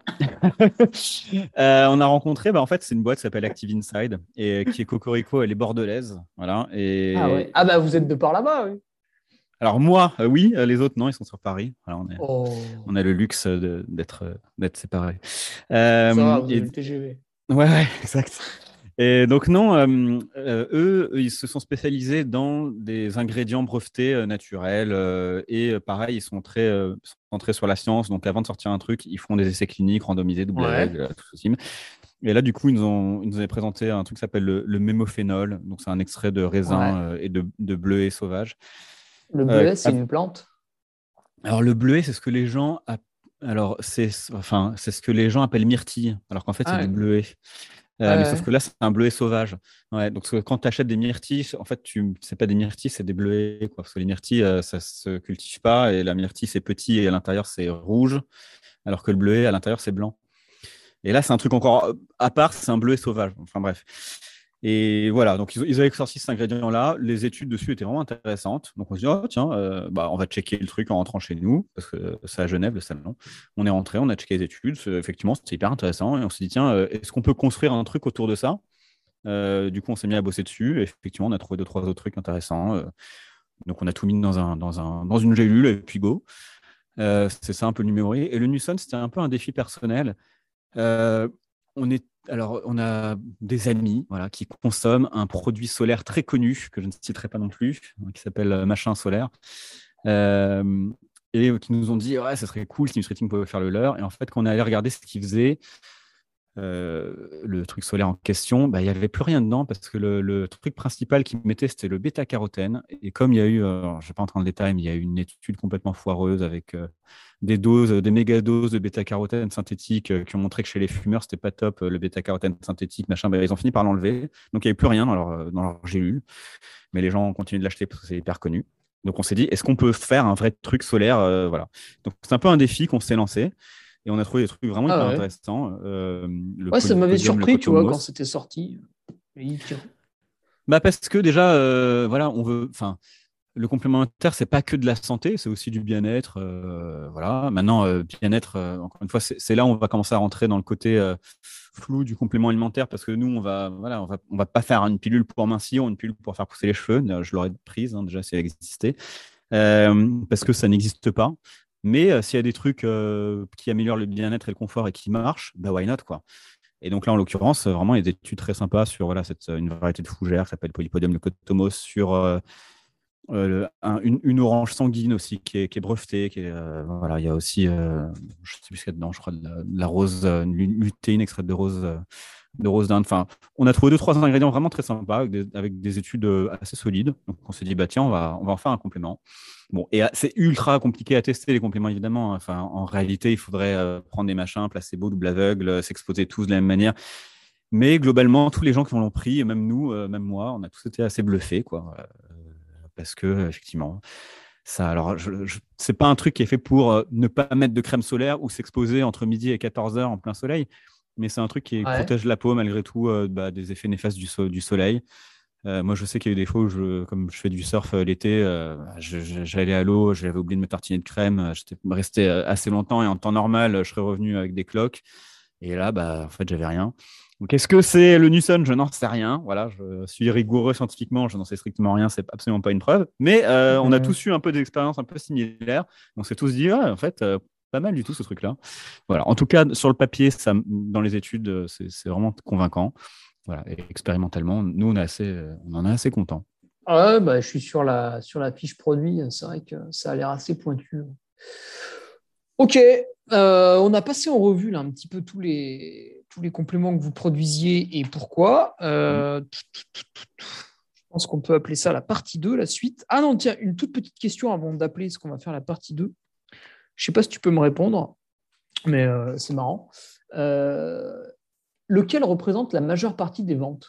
On a rencontré, bah, en fait, c'est une boîte qui s'appelle Active Inside et qui est cocorico, elle est bordelaise. Voilà. Ah ouais. Ah bah vous êtes de par là-bas, oui. Alors moi, oui, les autres, non, ils sont sur Paris. Voilà, Oh, on a le luxe d'être séparés. ça va, vous Et avez le TGV. ouais, ouais, exact. Et donc non, eux, ils se sont spécialisés dans des ingrédients brevetés naturels et pareil, ils sont très centrés sur la science. Donc avant de sortir un truc, ils font des essais cliniques randomisés, double Ouais. aveugle, tout ceci. Et là, du coup, ils nous avaient présenté un truc qui s'appelle le mémophénol. Donc c'est un extrait de raisin Ouais. et de bleuet sauvage. Le Euh, bleuet, c'est une plante. alors le bleuet, c'est ce que les gens alors c'est ce que les gens appellent myrtille, alors qu'en fait c'est Ah du ouais. bleuet. Mais sauf Ouais. que là, c'est un bleuet sauvage. Ouais, donc quand tu achètes des myrtilles, en fait, c'est pas des myrtilles, c'est des bleuets, quoi. Parce que les myrtilles, ça se cultive pas. Et la myrtille, c'est petit et à l'intérieur, c'est rouge. Alors que le bleuet, à l'intérieur, c'est blanc. Et là, c'est un truc encore à part, c'est un bleuet sauvage. Enfin bref. Et voilà, donc ils avaient sorti cet ingrédient-là. Les études dessus étaient vraiment intéressantes. Donc on se dit, oh, tiens, bah, on va checker le truc en rentrant chez nous, parce que c'est à Genève, le salon. On est rentré, on a checké les études. Effectivement, c'était hyper intéressant. Et on s'est dit, tiens, est-ce qu'on peut construire un truc autour de ça? Du coup, on s'est mis à bosser dessus. Et effectivement, on a trouvé deux, trois autres trucs intéressants. Donc on a tout mis dans une gélule et puis go. C'est ça un peu le numéro. Et le Nuson, c'était un peu un défi personnel. Euh, on a des amis voilà, qui consomment un produit solaire très connu, que je ne citerai pas non plus, qui s'appelle Machin Solaire, euh, et qui nous ont dit ouais, ça serait cool si Nutritting pouvait faire le leur. Et en fait, quand on est allé regarder ce qu'ils faisaient, le truc solaire en question, bah, il n'y avait plus rien dedans parce que le truc principal qu'ils mettaient, c'était le bêta-carotène. Et comme il y a eu, je ne vais pas entrer dans le détail, mais il y a eu une étude complètement foireuse avec des doses, des méga doses de bêta-carotène synthétique qui ont montré que chez les fumeurs, c'était pas top, le bêta-carotène synthétique, machin. Bah, ils ont fini par l'enlever. Donc il n'y avait plus rien dans leur gélule. Mais les gens ont continué de l'acheter parce que c'est hyper connu. Donc on s'est dit, est-ce qu'on peut faire un vrai truc solaire voilà. Donc c'est un peu un défi qu'on s'est lancé et on a trouvé des trucs vraiment hyper Ah ouais. intéressants. Le Ouais, ça m'avait polypodium, le surpris, tu vois, quand cotomos. c'était sorti. Je me dis, tiens. Bah parce que déjà, voilà, on veut. Enfin, le complémentaire, c'est pas que de la santé, c'est aussi du bien-être. Voilà. Maintenant, bien-être, encore une fois, c'est là où on va commencer à rentrer dans le côté flou du complément alimentaire parce que nous, voilà, on va pas faire une pilule pour mincir ou une pilule pour faire pousser les cheveux. Je l'aurais prise déjà si elle existait, parce que ça n'existe pas. Mais s'il y a des trucs qui améliorent le bien-être et le confort et qui marchent, bah why not quoi. Et donc là, en l'occurrence, vraiment, il y a des études très sympas sur voilà, une variété de fougères qui s'appelle Polypodium leucotomos, sur une orange sanguine aussi qui est brevetée. Voilà, il y a aussi, je sais plus ce qu'il y a dedans, je crois, de la rose, une lutéine extraite de rose d'Inde. Enfin, on a trouvé deux, trois ingrédients vraiment très sympas avec des études assez solides. Donc on s'est dit, bah tiens, on va en faire un complément. Bon, et c'est ultra compliqué à tester les compléments, évidemment. Enfin, en réalité, il faudrait prendre des machins, placebo, double aveugle, s'exposer tous de la même manière. Mais globalement, tous les gens qui l'ont pris, même nous, même moi, on a tous été assez bluffés, quoi. Parce que, effectivement, ça, alors, c'est pas un truc qui est fait pour ne pas mettre de crème solaire ou s'exposer entre midi et 14 heures en plein soleil, mais c'est un truc qui Ouais. protège la peau malgré tout des effets néfastes du soleil. Moi, je sais qu'il y a eu des fois où, comme je fais du surf l'été, j'allais à l'eau, j'avais oublié de me tartiner de crème, j'étais resté assez longtemps et en temps normal, je serais revenu avec des cloques. Et là, bah, en fait, j'avais rien. Donc, est-ce que c'est le Nusson? Je n'en sais rien. Voilà, je suis rigoureux scientifiquement, je n'en sais strictement rien, c'est absolument pas une preuve. Mais on a Mhm. tous eu un peu d'expériences un peu similaires. On s'est tous dit, ouais, en fait, pas mal du tout ce truc-là. Voilà. En tout cas, sur le papier, ça, dans les études, c'est vraiment convaincant. Voilà. Et expérimentalement, nous, on en est assez contents. Ouais, bah, je suis sur la fiche produit. C'est vrai que ça a l'air assez pointu. Ok, on a passé en revue là, un petit peu tous les compléments que vous produisiez et pourquoi. Mhm. Je pense qu'on peut appeler ça la partie 2, la suite. Ah non, tiens, une toute petite question avant d'appeler ce qu'on va faire la partie 2. Je ne sais pas si tu peux me répondre, mais c'est marrant. Euh, Lequel représente la majeure partie des ventes?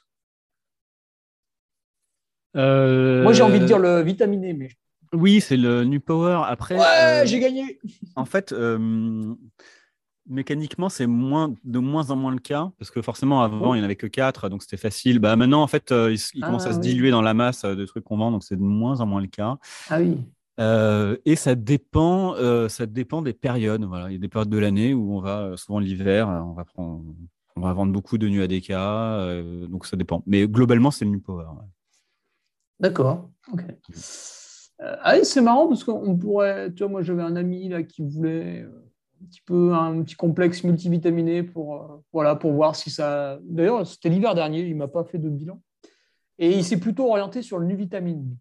Moi, j'ai envie de dire Euh, le vitaminé, mais oui, c'est le New Power. Après, ouais, j'ai gagné. en fait, mécaniquement, c'est de moins en moins le cas, parce que forcément, avant, il Bon. n'y en avait que 4, donc c'était facile. Bah, maintenant, en fait, il commence à Ah se oui. diluer dans la masse de trucs qu'on vend, donc c'est de moins en moins le cas. Ah oui. Et ça dépend des périodes. Voilà. Il y a des périodes de l'année où on va, souvent l'hiver, on va vendre beaucoup de NuADK, donc ça dépend. Mais globalement, c'est le New Power. Ouais. D'accord. Ok. Ah oui, c'est marrant parce qu'on pourrait. Tu vois, moi, j'avais un ami là qui voulait un petit peu un petit complexe multivitaminé pour, voilà, pour voir si ça. D'ailleurs, c'était l'hiver dernier, il m'a pas fait de bilan. Et il s'est plutôt orienté sur le Nuvitamine.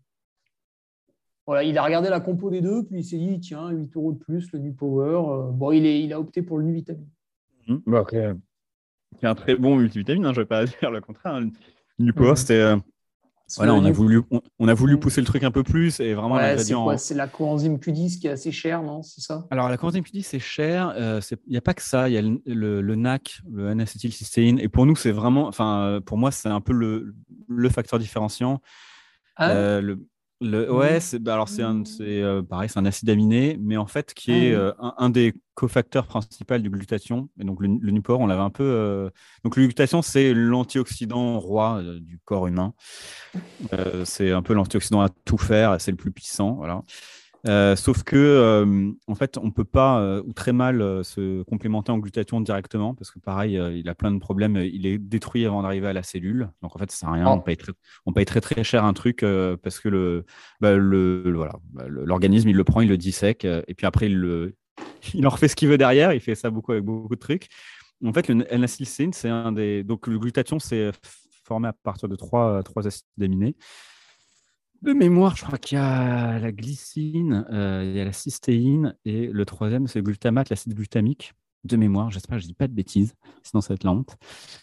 Voilà, il a regardé la compo des deux, puis il s'est dit, tiens, 8 euros de plus, le Nupower. Bon, il a opté pour le Nuvitamine. Bon, après, c'est un très bon multivitamine, hein, je ne vais pas dire le contraire. Le New Power, Mhm. c'était. Parce que Voilà, le Nu- on a voulu Mhm. pousser le truc un peu plus et vraiment Ouais, c'est quoi? l'ingrédient. C'est la coenzyme Q10 qui est assez chère, non? C'est ça? Alors, la coenzyme Q10, c'est cher. Il n'y a pas que ça. Il y a le NAC, le N-acétylcystéine. Et pour nous, c'est vraiment. Enfin, pour moi, c'est un peu le facteur différenciant. Ah ouais? Euh, ouais, alors pareil, c'est un acide aminé, mais en fait, qui Ah est oui. un des cofacteurs principaux du glutathion. Et donc, le Nupor, on l'avait un peu. Donc, le glutathion, c'est l'antioxydant roi du corps humain. C'est un peu l'antioxydant à tout faire, c'est le plus puissant. Voilà. Sauf que, en fait, on peut pas ou très mal se complémenter en glutathion directement parce que, pareil, il a plein de problèmes. Il est détruit avant d'arriver à la cellule. Donc, en fait, ça sert à rien. Oh. On paye très, très cher un truc parce que voilà, l'organisme, il le prend, il le dissèque et puis après, il en refait ce qu'il veut derrière. Il fait ça beaucoup avec beaucoup de trucs. En fait, le N-acetylcystine, c'est un des. Donc, le glutathion, c'est formé à partir de trois acides aminés. De mémoire, je crois qu'il y a la glycine, il y a la cystéine et le troisième, c'est le glutamate, l'acide glutamique. De mémoire, j'espère que je ne dis pas de bêtises, sinon ça va être la honte.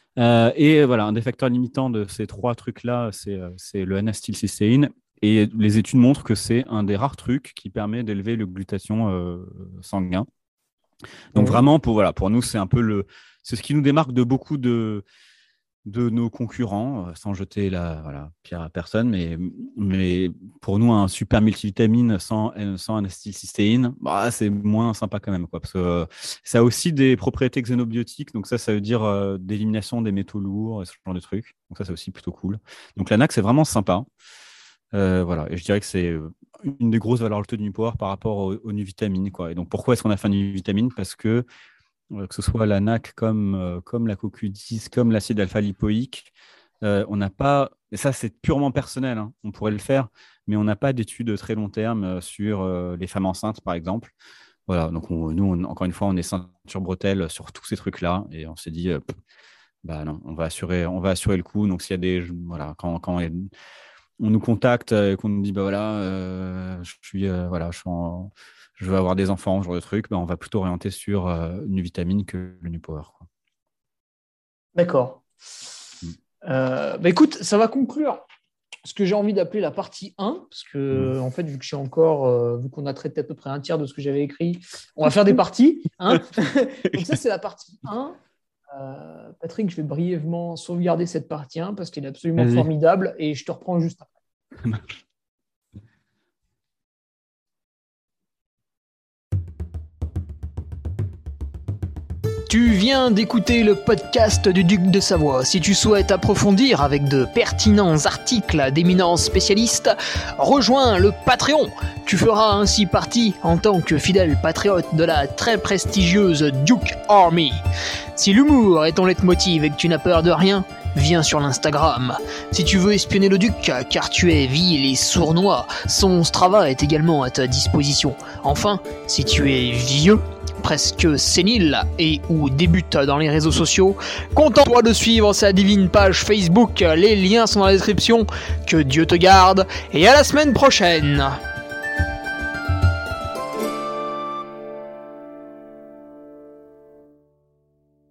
Et voilà, un des facteurs limitants de ces trois trucs-là, c'est le N-acetylcystéine. Et les études montrent que c'est un des rares trucs qui permet d'élever le glutathion sanguin. Donc Mhm. vraiment, pour nous, c'est un peu c'est ce qui nous démarque de beaucoup de nos concurrents, sans jeter la pierre à personne, mais pour nous, un super multivitamine sans anacétylcystéine, bah, c'est moins sympa quand même, quoi, parce que ça a aussi des propriétés xénobiotiques, donc ça veut dire d'élimination des métaux lourds et ce genre de trucs. Donc ça, c'est aussi plutôt cool. Donc la NAC, c'est vraiment sympa. Voilà, et je dirais que c'est une des grosses valeurs ajoutées du Nupower par rapport aux Nuvitamines, quoi. Et donc pourquoi est-ce qu'on a fait un Nuvitamine? Parce que ce soit la NAC comme la CoQ10, comme l'acide alpha-lipoïque, on n'a pas, et ça c'est purement personnel, hein, on pourrait le faire, mais on n'a pas d'études très long terme sur les femmes enceintes, par exemple. Voilà, donc nous, encore une fois, on est ceinture bretelle sur tous ces trucs-là, et on s'est dit, bah non, on va assurer le coup. Donc s'il y a voilà, quand on nous contacte et qu'on nous dit, bah voilà, je veux avoir des enfants, ce genre de truc, bah, on va plutôt orienter sur une vitamine que le Nupower, quoi. D'accord. Bah écoute, ça va conclure ce que j'ai envie d'appeler la partie 1, parce que en fait, vu que je suis encore, vu qu'on a traité à peu près un tiers de ce que j'avais écrit, on va faire des parties. Hein. Donc ça, c'est la partie 1. Patrick, je vais brièvement sauvegarder cette partie 1 parce qu'elle est absolument formidable et je te reprends juste après. Tu viens d'écouter le podcast du Duc de Savoie. Si tu souhaites approfondir avec de pertinents articles d'éminents spécialistes, rejoins le Patreon. Tu feras ainsi partie, en tant que fidèle patriote, de la très prestigieuse Duke Army. Si l'humour est ton leitmotiv et que tu n'as peur de rien, viens sur l'Instagram. Si tu veux espionner le Duc, car tu es vil et sournois, son Strava est également à ta disposition. Enfin, si tu es vieux, presque sénile et ou débute dans les réseaux sociaux, contente-toi de suivre sa divine page Facebook, les liens sont dans la description. Que Dieu te garde et à la semaine prochaine.